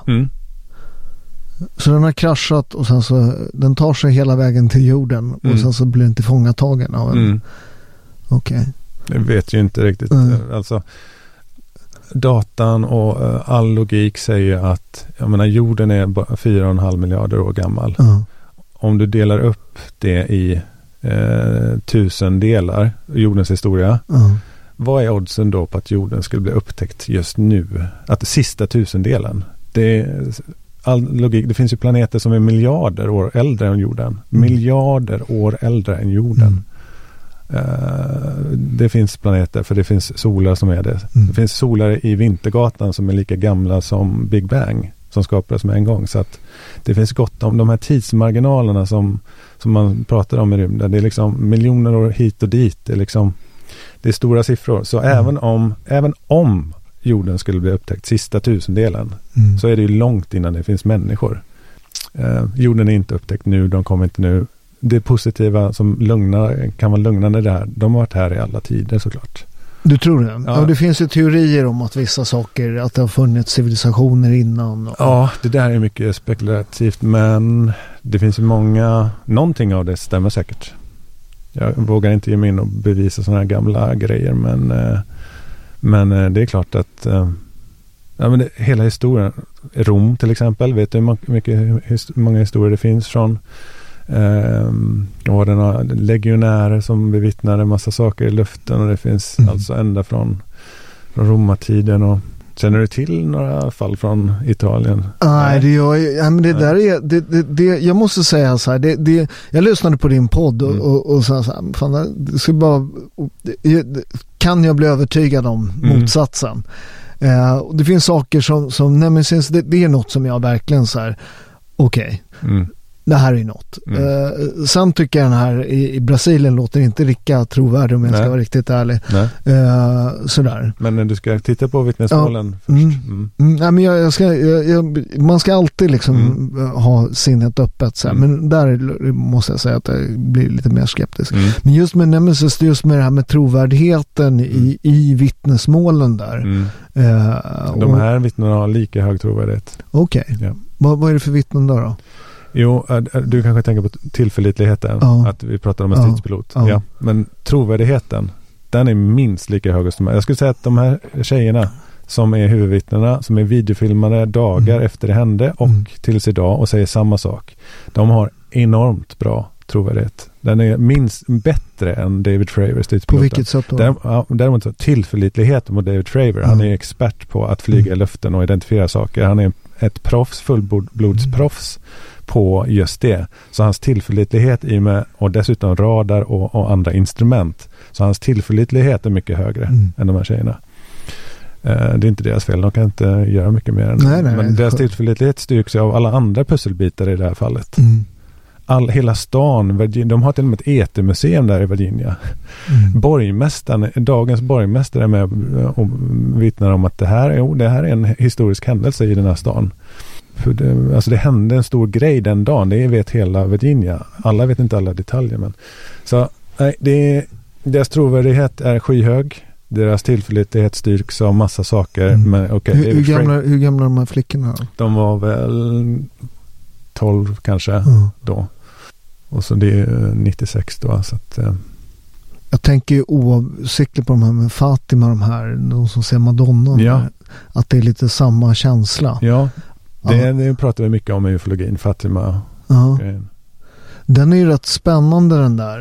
Så den har kraschat och sen så den tar sig hela vägen till jorden och sen så blir den tillfångatagen av en. Okej. Jag vet ju inte riktigt. Alltså datan och all logik säger att jorden är 4,5 miljarder år gammal. Om du delar upp det i 1000 delar, jordens historia, vad är oddsen då på att jorden skulle bli upptäckt just nu? Att sista 1000-delen, all logik, det finns ju planeter som är miljarder år äldre än jorden. Miljarder år äldre än jorden. Det finns planeter, för det finns solar som är det. Det finns solar i Vintergatan som är lika gamla som Big Bang, som skapades med en gång. Så att det finns gott om de här tidsmarginalerna som man pratar om i rymden. Det är liksom miljoner år hit och dit. Det är stora siffror. Så även om jorden skulle bli upptäckt sista 1000-delen, så är det ju långt innan det finns människor. Jorden är inte upptäckt nu, de kommer inte nu. Det positiva som kan vara lugnande det här, de har varit här i alla tider såklart. Du tror det? Ja, det finns ju teorier om att vissa saker, att det har funnits civilisationer innan. Ja, det där är mycket spekulativt, men det finns ju någonting av det stämmer säkert. Jag vågar inte ge mig in och bevisa sådana här gamla grejer, men det är klart att hela historien, Rom till exempel, vet du hur många historier det finns från och den har legionärer som bevittnar en massa saker i luften, och det finns alltså ända från romartiden. Och känner du till några fall från Italien? Nej, det gör jag. Men det där är jag måste säga så här, jag lyssnade på din podd och så här, fan, det ska bara, kan jag bli övertygad om motsatsen? Och det finns saker som det är något som jag verkligen så här, okej. det här är något. Sen tycker jag den här i Brasilien låter inte lika trovärdig om jag ska vara riktigt ärlig. Sådär. Men när du ska titta på vittnesmålen först. Nej, men man ska alltid liksom ha sinnet öppet så här. Men där måste jag säga att jag blir lite mer skeptisk. Men just med Nemesis, just med det här med trovärdigheten i vittnesmålen där. De här vittnena har lika hög trovärdighet. Okej. Ja. Vad är det för vittnen då? Jo, du kanske tänker på tillförlitligheten, att vi pratar om en stridspilot. Ja. Men trovärdigheten, den är minst lika hög som jag skulle säga att de här tjejerna som är huvudvittnena, som är videofilmade dagar efter det hände och tills idag och säger samma sak. De har enormt bra trovärdighet. Den är minst bättre än David Fravers stridspiloten. På vilket sätt då? Däremot så tillförlitligheten mot David Fravor. Han är expert på att flyga i luften och identifiera saker. Han är ett proffs, fullblodsproffs på just det. Så hans tillförlitlighet och dessutom radar och andra instrument. Så hans tillförlitlighet är mycket högre än de här tjejerna. Det är inte deras fel. De kan inte göra mycket mer än men deras tillförlitlighet styrks av alla andra pusselbitar i det här fallet. Hela stan, de har till och med ett ET-museum där i Virginia. Borgmästaren, dagens borgmästare är med och vittnar om att det här är en historisk händelse i den här stan. För det hände en stor grej den dagen, det vet hela Virginia. Alla vet inte alla detaljer, men så deras trovärdighet är skyhög. Deras tillförlitlighet styrks av massa saker. Men, hur gamla är de här flickorna? De var väl 12 kanske då. Och så det är 96 då. Så att, jag tänker ju oavsiktligt på de här med Fatima, de som ser Madonna. Att det är lite samma känsla. Ja, det pratar vi mycket om i ufologin, Fatima. Den är ju rätt spännande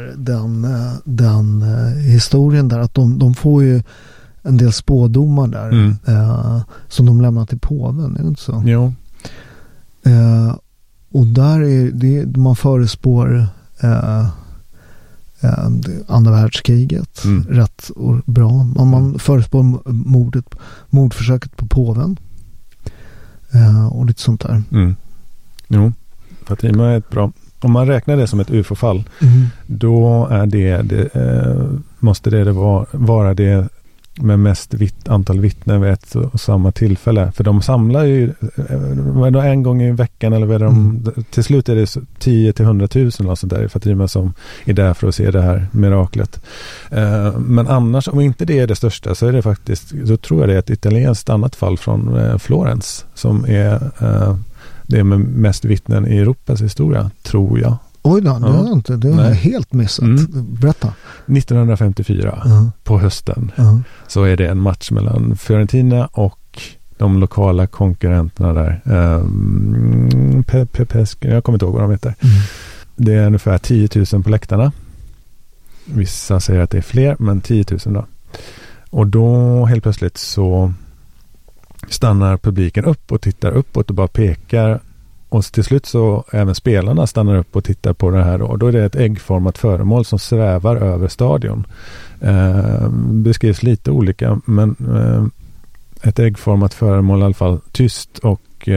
den historien där, att de får ju en del spådomar där som de lämnar till påven, är det inte så? Jo. Och där är det man förespår andra världskriget rätt och bra. Man förespår mordförsöket på påven och lite sånt där. Jo, Fatima är ett bra. Om man räknar det som ett UFO-fall då är måste det vara det med mest antal vittnen vid ett och samma tillfälle. För de samlar ju en gång i veckan eller vad till slut är det 10 till 100 000 och så där i Fatima som är där för att se det här miraklet. Men annars, om inte det är det största, så är det faktiskt, så tror jag det är ett italienskt annat fall från Florens som är det med mest vittnen i Europas historia, tror jag. Oj då, det har jag helt missat. Berätta. 1954 på hösten så är det en match mellan Fiorentina och de lokala konkurrenterna där. Jag kommer inte ihåg vad de heter. Det är ungefär 10 000 på läktarna. Vissa säger att det är fler, men 10 000 då. Och då helt plötsligt så stannar publiken upp och tittar uppåt och bara pekar. Och till slut så även spelarna stannar upp och tittar på det här. Och då är det ett äggformat föremål som svävar över stadion. Beskrivs lite olika, men ett äggformat föremål i alla fall, tyst, och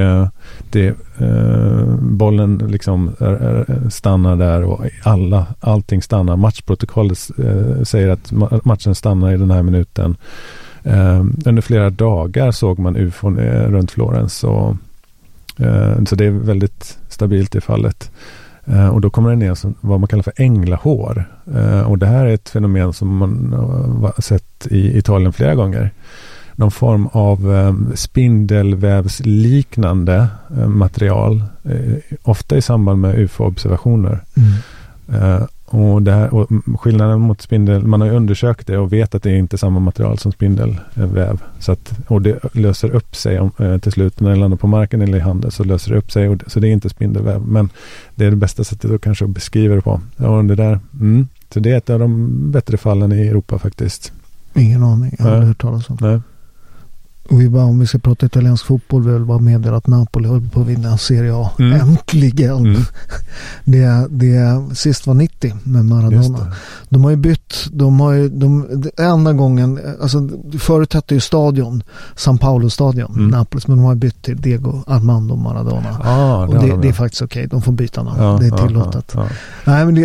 bollen liksom stannar där och allting stannar. Matchprotokollet säger att matchen stannar i den här minuten. Under flera dagar såg man UFOn runt Florens, och så det är väldigt stabilt i fallet. Och då kommer det ner som vad man kallar för änglahår. Och det här är ett fenomen som man har sett i Italien flera gånger. Någon form av spindelvävsliknande material. Ofta i samband med UFO-observationer. Och skillnaden mot spindel, man har ju undersökt det och vet att det är inte samma material som spindelväv. Och det löser upp sig till slut när det landar på marken eller i handen, så löser det upp sig, så det är inte spindelväv. Men det är det bästa sättet att kanske beskriva det på. Och det där, så det är ett av de bättre fallen i Europa faktiskt. Ingen aning, jag har aldrig hört talas om. Nej. Och om vi ska prata italiensk fotboll, vill bara meddela att Napoli håller på att vinna Serie A. Äntligen! Det sist var 90 med Maradona. De har ju bytt, enda gången, alltså förut hette ju stadion San Paolo-stadion, Napolis, men de har bytt till Diego Armando Maradona. Och det är faktiskt okej, de får byta namn. Det är tillåtet. Nej, men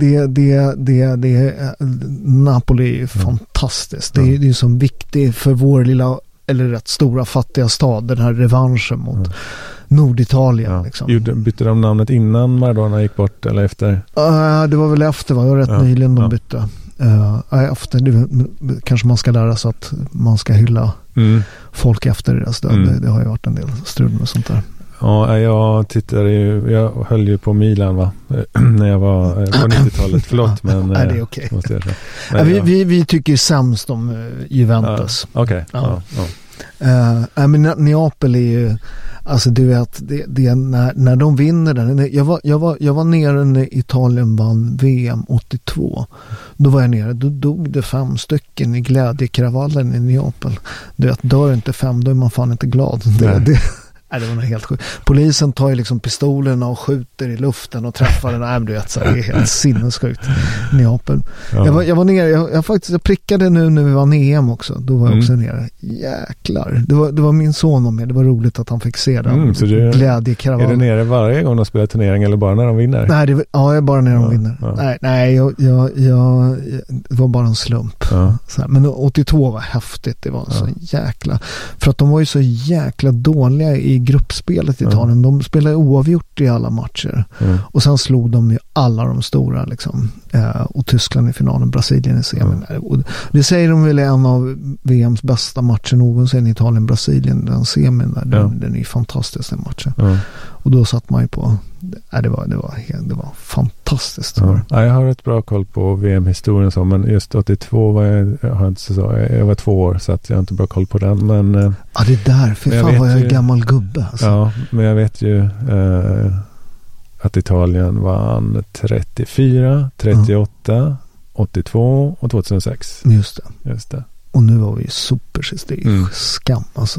det Napoli är fantastiskt. Det är ju som viktigt för vår lilla, eller rätt stora fattiga stad, den här revanschen mot Norditalien. Liksom. Bytte de namnet innan Maradona gick bort eller efter? Det var väl efter, var rätt nyligen de bytte. Efter, kanske man ska lära sig att man ska hylla folk efter deras död. Det har ju varit en del strul med sånt där. Ja, jag höll ju på Milan när jag var på 90-talet. Förlåt, men det är okej. Vi tycker sämst om Juventus. Okej. Men Neapel är ju, alltså du vet, det är när de vinner den. Jag var nere när Italien vann VM 82. Då var jag nere, då dog det 5 stycken i glädjekravallen i Neapel. Du vet, dör inte 5, då är man fan inte glad. Det var nog helt sjukt. Polisen tar ju liksom pistolerna och skjuter i luften och träffar den. Nej, men du vet, så det är helt sinnessjukt. Neapel. Jag var nere, jag prickade nu när vi var i EM också. Då var jag också nere. Jäklar. Det var min son med. Det var roligt att han fick se den. Så glädjekravallen. Är du nere varje gång de spelar turnering eller bara när de vinner? Nej, jag är bara när de vinner. Ja. Nej, det var bara en slump. Så här, men 82 var häftigt. Det var så jäkla... För att de var ju så jäkla dåliga i gruppspelet i Italien. De spelade oavgjort i alla matcher. Och sen slog de ju alla de stora liksom. Och Tyskland i finalen, Brasilien i semin. Och det säger de väl är en av VMs bästa matcher någonsin, Italien-Brasilien, den semin där. Den är fantastisk, den matchen. Och då satt man ju på det var fantastiskt. Jag har ett bra koll på VM-historien så, men just 82 var jag var 2 år, så att jag har inte bra koll på den, men det är därför fan var jag en gammal gubbe alltså. Ja, men jag vet ju att Italien vann 34, 38, 82 och 2006. Just det. Och nu var vi supersist. Det är skam alltså.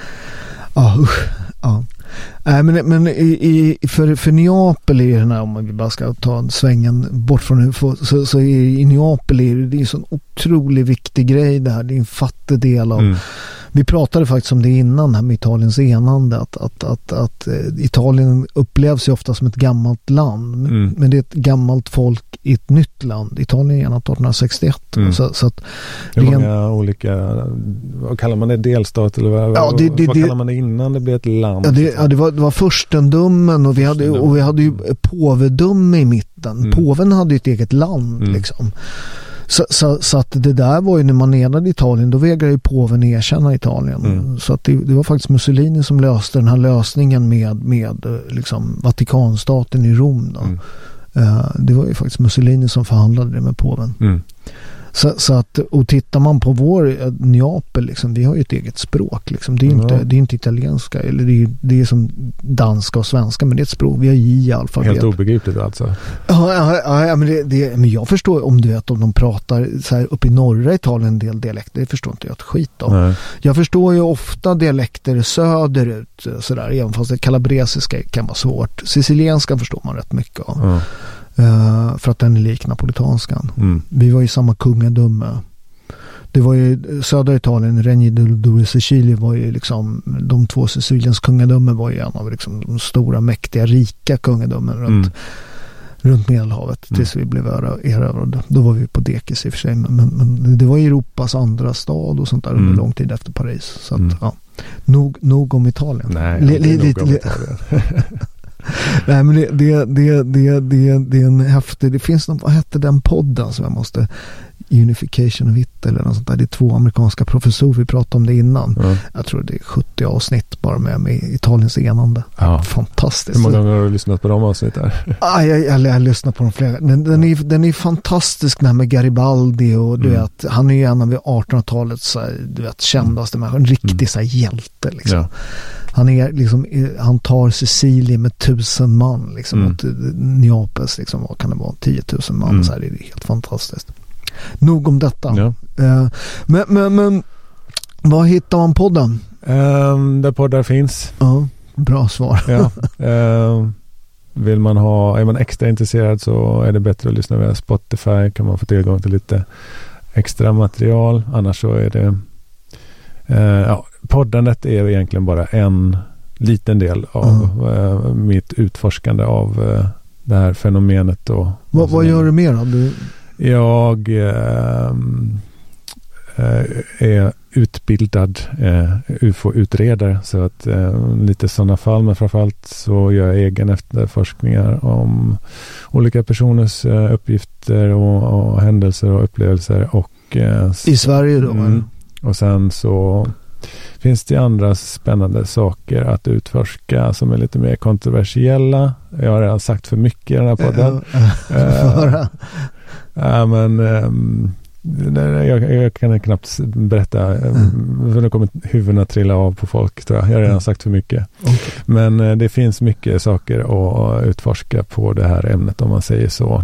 Men för Neapel är den här, om vi bara ska ta svängen bort från hur, så är i Neapel det är en sån otroligt viktig grej det här. Det är en fattig del av vi pratade faktiskt om det innan här med Italiens enande, att Italien upplevs ju ofta som ett gammalt land, men det är ett gammalt folk i ett nytt land. Italien är enat 1861. Så att det är många olika, vad kallar man det, delstat eller vad kallar man det innan det blev ett land? Det var furstendömen och vi hade ju påvedöme i mitten. Påven hade ju ett eget land liksom. Så att det där var ju när man enade Italien, då vägrade ju påven erkänna Italien. Så att det var faktiskt Mussolini som löste den här lösningen med liksom Vatikanstaten i Rom då. Det var ju faktiskt Mussolini som förhandlade det med påven. Så att, och tittar man på vår Neapel liksom, vi har ju ett eget språk liksom. Det är inte italienska, eller det är som danska och svenska, men det är ett språk, vi har i-alfabet. Helt obegripligt alltså. Ja, men jag förstår, om du vet, om de pratar så här uppe i norra Italien en del dialekter, det förstår inte jag ett skit om. Nej. Jag förstår ju ofta dialekter söderut sådär, även fast det kalabresiska kan vara svårt. Sicilienska förstår man rätt mycket av. För att den är lik napolitanskan. Vi var ju samma kungadöme. Det var ju södra Italien, Regni di Sicilia var ju liksom, de 2 Siciliens kungadöme var ju en av liksom de stora, mäktiga, rika kungadömen runt Medelhavet tills vi blev erövrade. Då var vi på dekis i och för sig, men det var Europas andra stad och sånt där under lång tid efter Paris. Så att, nog om Italien. Nej, nog om Italien. Nej, men det är en häftig, det finns någon, vad hette den podden som jag måste, Unification of It eller något sånt där. Det är 2 amerikanska professorer, vi pratade om det innan. Jag tror det är 70 avsnitt bara med Italiens enande. Fantastiskt. Hur många gånger har du lyssnat på de avsnitt där? Jag har lyssnat på de flera. Den är fantastisk, den här med Garibaldi, och du vet, han är ju en av 1800-talets kändaste människor, en riktig så här hjälte liksom. Ja. Han är liksom, han tar Sicilien med 1000 man liksom, mot Neapels liksom, vad kan det vara, 10 000 man, så här, det är helt fantastiskt. Nog om detta. Men Var hittar man podden? Där poddar finns. Ja, bra svar. Ja. Är man extra intresserad så är det bättre att lyssna via Spotify. Kan man få tillgång till lite extra material. Annars så är det poddandet är egentligen bara en liten del av mitt utforskande av det här fenomenet. Vad gör du mer då? Jag är utbildad UFO-utredare, så att lite sådana fall, men framförallt så gör jag egen efterforskningar om olika personers uppgifter och händelser och upplevelser. I Sverige då? Och sen så finns det andra spännande saker att utforska som är lite mer kontroversiella. Jag har redan sagt för mycket i den här podden. Jag kan knappt berätta, för nu kommer huvudena trilla av på folk, tror jag. Jag har redan sagt för mycket. Okay. Men det finns mycket saker att utforska på det här ämnet, om man säger så.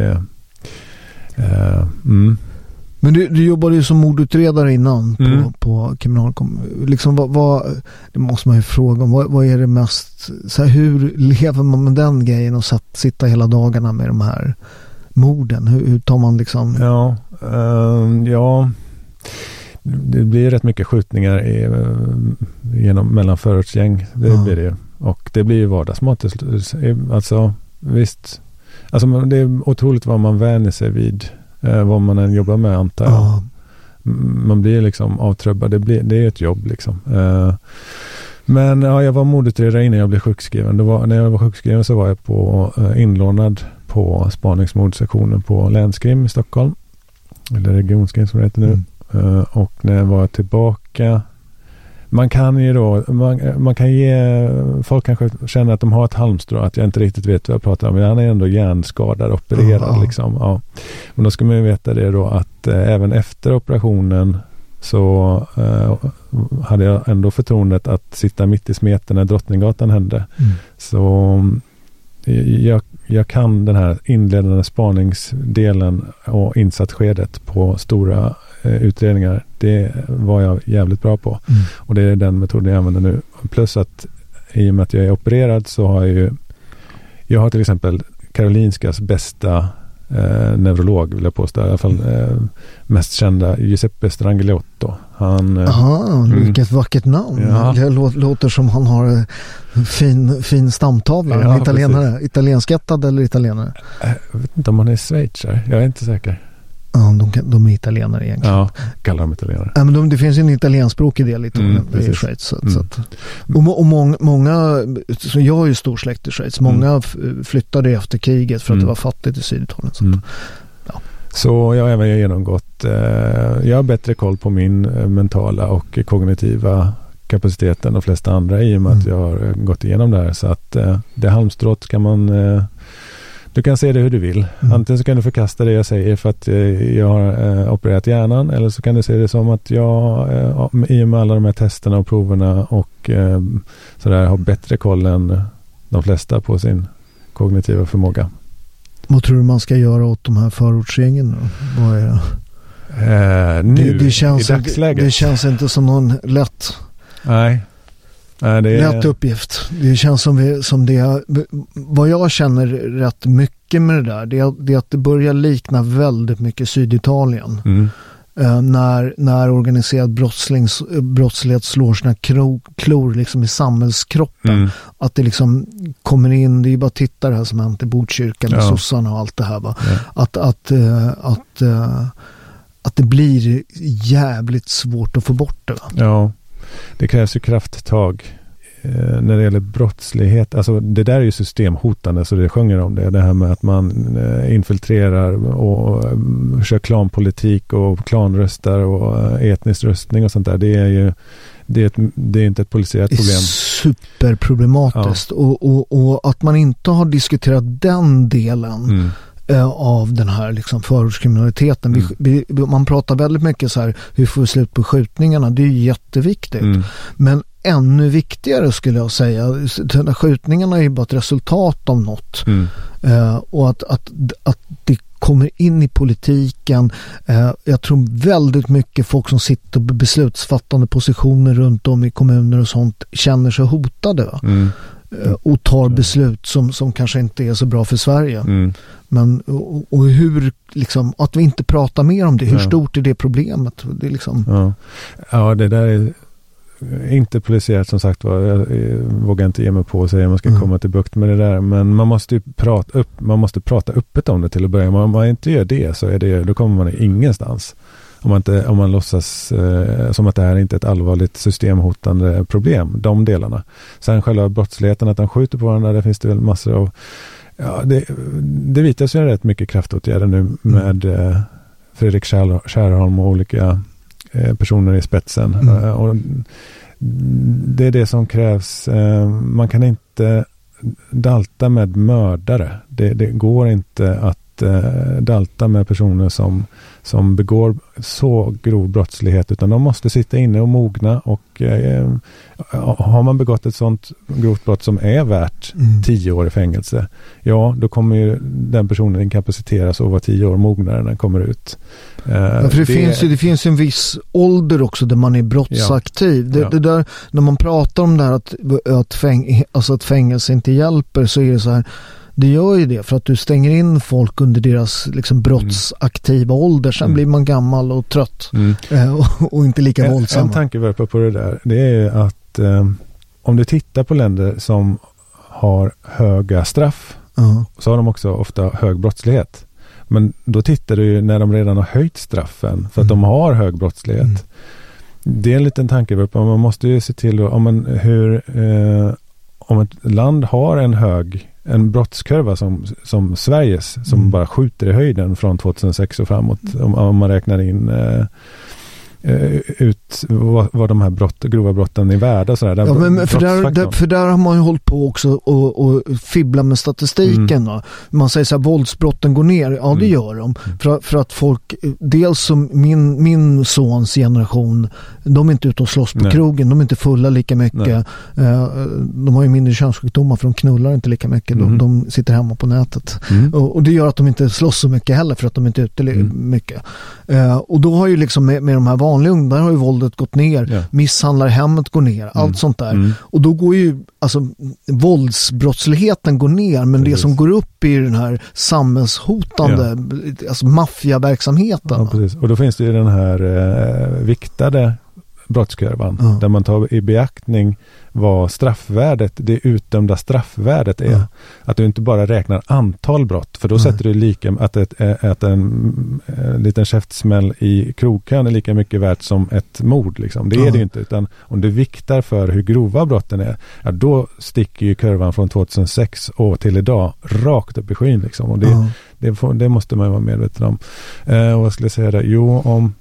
Men du jobbade ju som mordutredare innan på kriminalkom. Liksom det måste man ju fråga om. Vad är det mest, så här, hur lever man med den grejen och sitta hela dagarna med de här morden? Hur tar man liksom... Det blir rätt mycket skjutningar mellan förortsgäng. Det blir det. Och det blir ju vardagsmat. Alltså, visst. Alltså, det är otroligt vad man vänjer sig vid. Vad man än jobbar med, antar jag. Man blir liksom avtrubbad. Det är ett jobb liksom. Men jag var mordutredare innan jag blev sjukskriven. När jag var sjukskriven så var jag inlånad på spaningsmordsektionen på Länskrim i Stockholm. Eller regionskrim som det heter nu. Och när jag var tillbaka, man kan ge folk kanske känner att de har ett halmstrå, att jag inte riktigt vet vad jag pratar om, men han är ändå hjärnskadad, opererad liksom. Ja. Men då ska man ju veta det då, att även efter operationen så hade jag ändå förtroendet att sitta mitt i smeten när Drottninggatan hände. Så jag kan den här inledande spaningsdelen och insatsskedet på stora utredningar. Det var jag jävligt bra på. Och det är den metoden jag använder nu. Plus att i och med att jag är opererad så har jag har till exempel Karolinskas bästa neurolog, vill jag påstå, i alla fall mest kända, Giuseppe Strangelotto. Vilket vackert namn. Ja. Det låter som han har fin stamtavla. Ja, italienare. Italienskättad eller italienare? Jag vet inte om han är schweizare. Jag är inte säker. Ja, de är italienare egentligen. Ja, kallar dem italienare. Ja, men det finns ju en italienspråkig del i Italien. Det är Schweiz. Och många, så jag är ju stor släkt i Schweiz. Många flyttade efter kriget för att det var fattigt i Syditalien. Så jag har även genomgått, jag har bättre koll på min mentala och kognitiva kapaciteten än de flesta andra, i och med att jag har gått igenom det här. Så att det halmstrået kan man... Du kan se det hur du vill. Antingen så kan du förkasta det jag säger för att jag har opererat hjärnan, eller så kan du se det som att jag i och med alla de här testerna och proverna och sådär har bättre koll än de flesta på sin kognitiva förmåga. Vad tror du man ska göra åt de här förortsgängen då? Vad är det? Nu, i dagsläget? Det känns inte som någon lätt... Nej. Lätt uppgift. Det känns som det, vad jag känner rätt mycket med det där, det är att det börjar likna väldigt mycket Syditalien. När organiserad brottslighet slår sina klor liksom i samhällskroppen. Att det liksom kommer in, det är bara titta det här som hänt i Botkyrka med sossarna och allt det här. Va? Att det blir jävligt svårt att få bort det. Va? Ja. Det krävs ju krafttag när det gäller brottslighet. Alltså det där är ju systemhotande, så det sjunger om det. Det här med att man infiltrerar och kör klanpolitik och klanröstar och etnisk röstning och sånt där. Det är ju det är inte ett polisiärt problem. Det är superproblematiskt. Ja. Och att man inte har diskuterat den delen av den här liksom förortskriminaliteten. Man pratar väldigt mycket så här, hur får vi slut på skjutningarna? Det är ju jätteviktigt. Men ännu viktigare skulle jag säga. De här skjutningarna är ju bara ett resultat av något. Och att det kommer in i politiken. Jag tror väldigt mycket folk som sitter på beslutsfattande positioner runt om i kommuner och sånt känner sig hotade. Och tar beslut som kanske inte är så bra för Sverige. Men och hur liksom, att vi inte pratar mer om det. Hur stort är det problemet? Det är liksom... Ja, det där är inte polisiärt som sagt var. Jag vågar inte ge mig på att säga att man ska komma till bukt med det där. Men man måste ju prata öppet om det till att börja. Om man inte gör det så då kommer man ingenstans. Om man låtsas som att det här inte är ett allvarligt systemhotande problem, de delarna. Sen själva brottsligheten, att de skjuter på varandra, där finns det väl massor av... Ja, det vitas ju rätt mycket kraftåtgärder nu med Fredrik Kärrholm och olika personer i spetsen. Och det är det som krävs. Man kan inte dalta med mördare. Det går inte att dalta med personer som begår så grov brottslighet, utan de måste sitta inne och mogna, och har man begått ett sånt grovt brott som är värt 10 år i fängelse, då kommer ju den personen inkapaciteras och vara 10 år mognare när den kommer ut. För det finns en viss ålder också där man är brottsaktiv. Det där, när man pratar om det här att fängelse inte hjälper, så är det så här. Det gör ju det för att du stänger in folk under deras liksom brottsaktiva ålder. Sen blir man gammal och trött och inte lika våldsam. En tankevärpa på det där, det är att om du tittar på länder som har höga straff, så har de också ofta hög brottslighet. Men då tittar du ju när de redan har höjt straffen för att de har hög brottslighet. Det är en liten tankevärpa. Man måste ju se till om ett land har en brottskurva som Sveriges, som bara skjuter i höjden från 2006 och framåt, om man räknar in ut vad de här grova brotten är värda. För där har man ju hållit på också och fibbla med statistiken. Man säger så här, våldsbrotten går ner. Ja, det gör de. För att folk, dels som min sons generation, de är inte ute och slåss på krogen. De är inte fulla lika mycket. De har ju mindre könssjukdomar, för de knullar inte lika mycket. De sitter hemma på nätet. Och det gör att de inte slåss så mycket heller, för att de inte är ute mycket. Och då har ju liksom med de här vanliga ungdomar har ju våldet gått ner, misshandlar hemmet går ner, allt sånt där. Och då går ju våldsbrottsligheten går ner, men det som går upp i den här samhällshotande maffiaverksamheten. Ja, precis. Och då finns det ju den här viktade brottskurvan där man tar i beaktning vad det utdömda straffvärdet är. Att du inte bara räknar antal brott, för då sätter du lika att en liten käftsmäll i krogkön är lika mycket värt som ett mord liksom. Det är det ju inte, utan om du viktar för hur grova brotten är, då sticker ju kurvan från 2006 och till idag rakt upp i skyn liksom. Och det måste man vara medveten om. Och vad skulle jag säga där? Jo,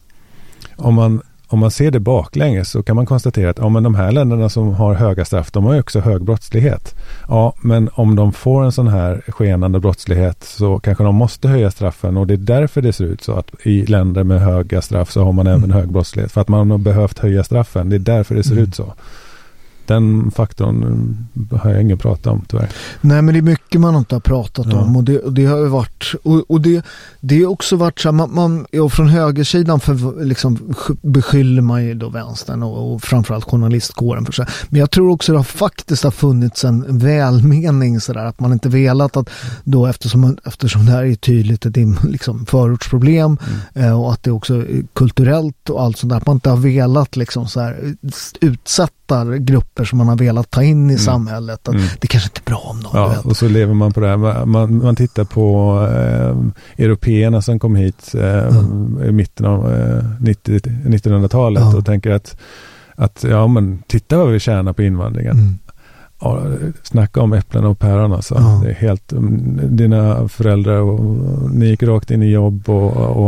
om man ser det baklänges så kan man konstatera att men de här länderna som har höga straff, de har ju också hög brottslighet. Ja, men om de får en sån här skenande brottslighet så kanske de måste höja straffen, och det är därför det ser ut så att i länder med höga straff så har man även hög brottslighet, för att man har behövt höja straffen. Det är därför det ser ut så. Den faktorn har jag ingen pratat om tyvärr. Nej, men det är mycket man inte har pratat om, och det har ju varit och det har också varit så man från högersidan för liksom beskyller man ju då vänstern och framförallt journalistkåren för sig. Men jag tror också det faktiskt har funnits en välmening så där, att man inte velat att då eftersom det här är tydligt att det är liksom förortsproblem och att det också är kulturellt och allt sånt där, att man inte har velat liksom så här utsätta grupper som man har velat ta in i samhället. Att det kanske inte är bra om någon. Ja, och så lever man på det här. Man tittar på européerna som kom hit i mitten av 1900-talet och tänker att titta vad vi tjänar på invandringen. Ja, snacka om äpplen och päron alltså. Det är helt dina föräldrar och ni gick rakt in i jobb och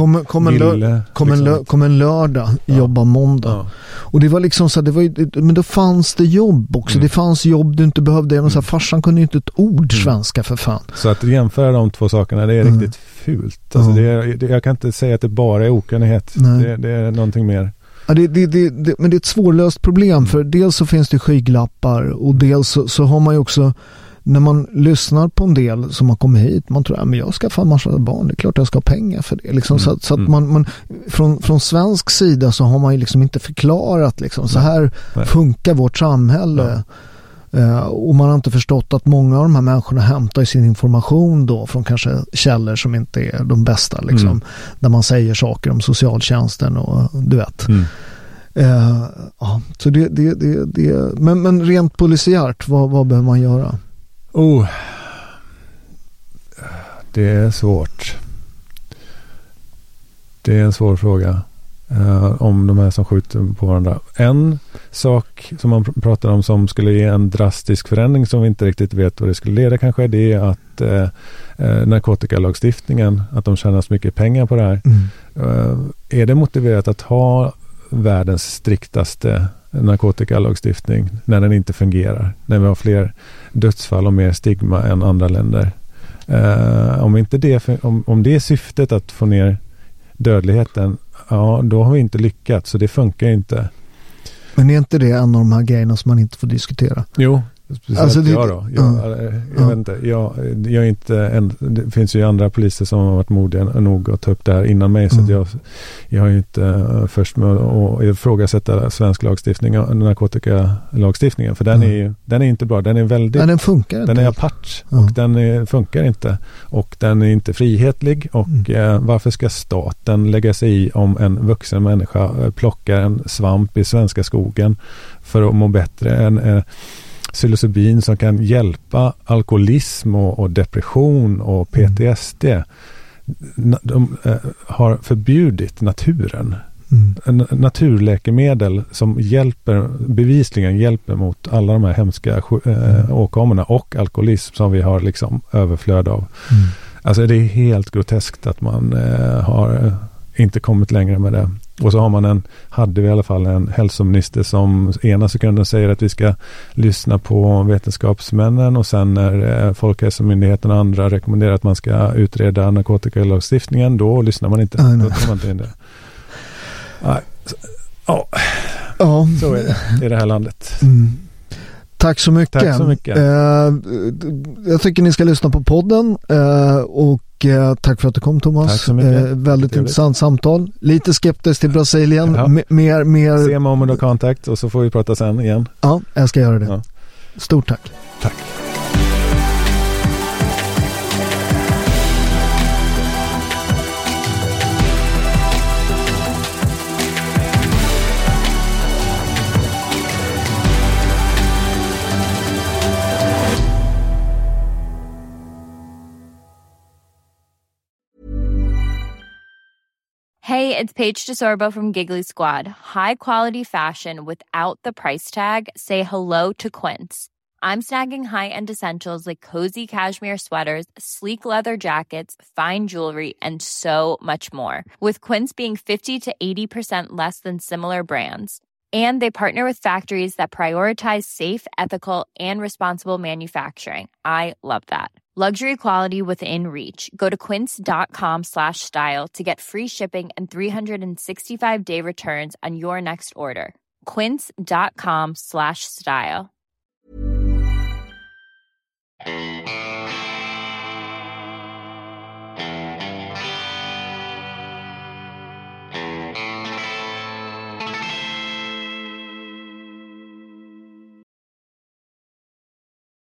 kom en lördag, jobba måndag. Och det var liksom så men då fanns det jobb också. Det fanns jobb du inte behövde. Men så här, farsan kunde ju inte ett ord svenska för fan. Så att jämföra de två sakerna, det är riktigt fult. Alltså jag kan inte säga att det bara är okunnighet. Det är någonting mer. Ja, men det är ett svårlöst problem, för dels så finns det skyglappar och dels så har man ju också, när man lyssnar på en del som har kommit hit, man tror att jag ska få en massa barn, det är klart jag ska ha pengar för det. Liksom, så att man från svensk sida så har man ju liksom inte förklarat liksom, så här funkar vårt samhälle. Och man har inte förstått att många av de här människorna hämtar sin information då från kanske källor som inte är de bästa liksom, där man säger saker om socialtjänsten och du vet. Så men rent polisiärt, vad behöver man göra? Det är svårt. Det är en svår fråga. Om de här som skjuter på varandra. En sak som man pratar om som skulle ge en drastisk förändring som vi inte riktigt vet vad det skulle leda kanske, det är att narkotikalagstiftningen, att de tjänar så mycket pengar på det här. Är det motiverat att ha världens striktaste narkotikalagstiftning när den inte fungerar? När vi har fler dödsfall och mer stigma än andra länder. Om det är syftet att få ner dödligheten, då har vi inte lyckats, så det funkar inte. Men är inte det en av de här grejerna som man inte får diskutera? Jo, speciellt jag vet inte. Jag är inte det finns ju andra poliser som har varit modiga nog att ta upp det här innan mig, så att jag är ju inte först med att ifrågasätta svensk lagstiftning och narkotikalagstiftningen, för den är inte bra. Den är väldigt... den funkar inte. Den är apart och den funkar inte. Och den är inte frihetlig, och varför ska staten lägga sig i om en vuxen människa plockar en svamp i svenska skogen för att må bättre än psilocybin som kan hjälpa alkoholism och depression och PTSD. De har förbjudit naturen. Naturläkemedel som bevisligen hjälper mot alla de här hemska åkommorna och alkoholism som vi har liksom överflöd av. Alltså det är helt groteskt att man har inte kommit längre med det. Och så hade vi i alla fall en hälsominister som ena sekunden säger att vi ska lyssna på vetenskapsmännen, och sen när Folkhälsomyndigheten och andra rekommenderar att man ska utreda narkotikalagstiftningen, då lyssnar man inte. Då tar man inte in det. Så är det i det här landet. Tack så mycket. Jag tycker ni ska lyssna på podden, och tack för att du kom, Thomas. Tack så mycket. Väldigt intressant samtal. Lite skeptisk till Brasilien. Mer... Se moment of contact, och så får vi prata sen igen. Ja, jag ska göra det. Ja. Stort tack. Tack. Hey, it's Paige DeSorbo from Giggly Squad. High quality fashion without the price tag. Say hello to Quince. I'm snagging high-end essentials like cozy cashmere sweaters, sleek leather jackets, fine jewelry, and so much more. With Quince being 50 to 80% less than similar brands. And they partner with factories that prioritize safe, ethical, and responsible manufacturing. I love that. Luxury quality within reach. Go to quince.com/style to get free shipping and 365-day returns on your next order. Quince.com/style.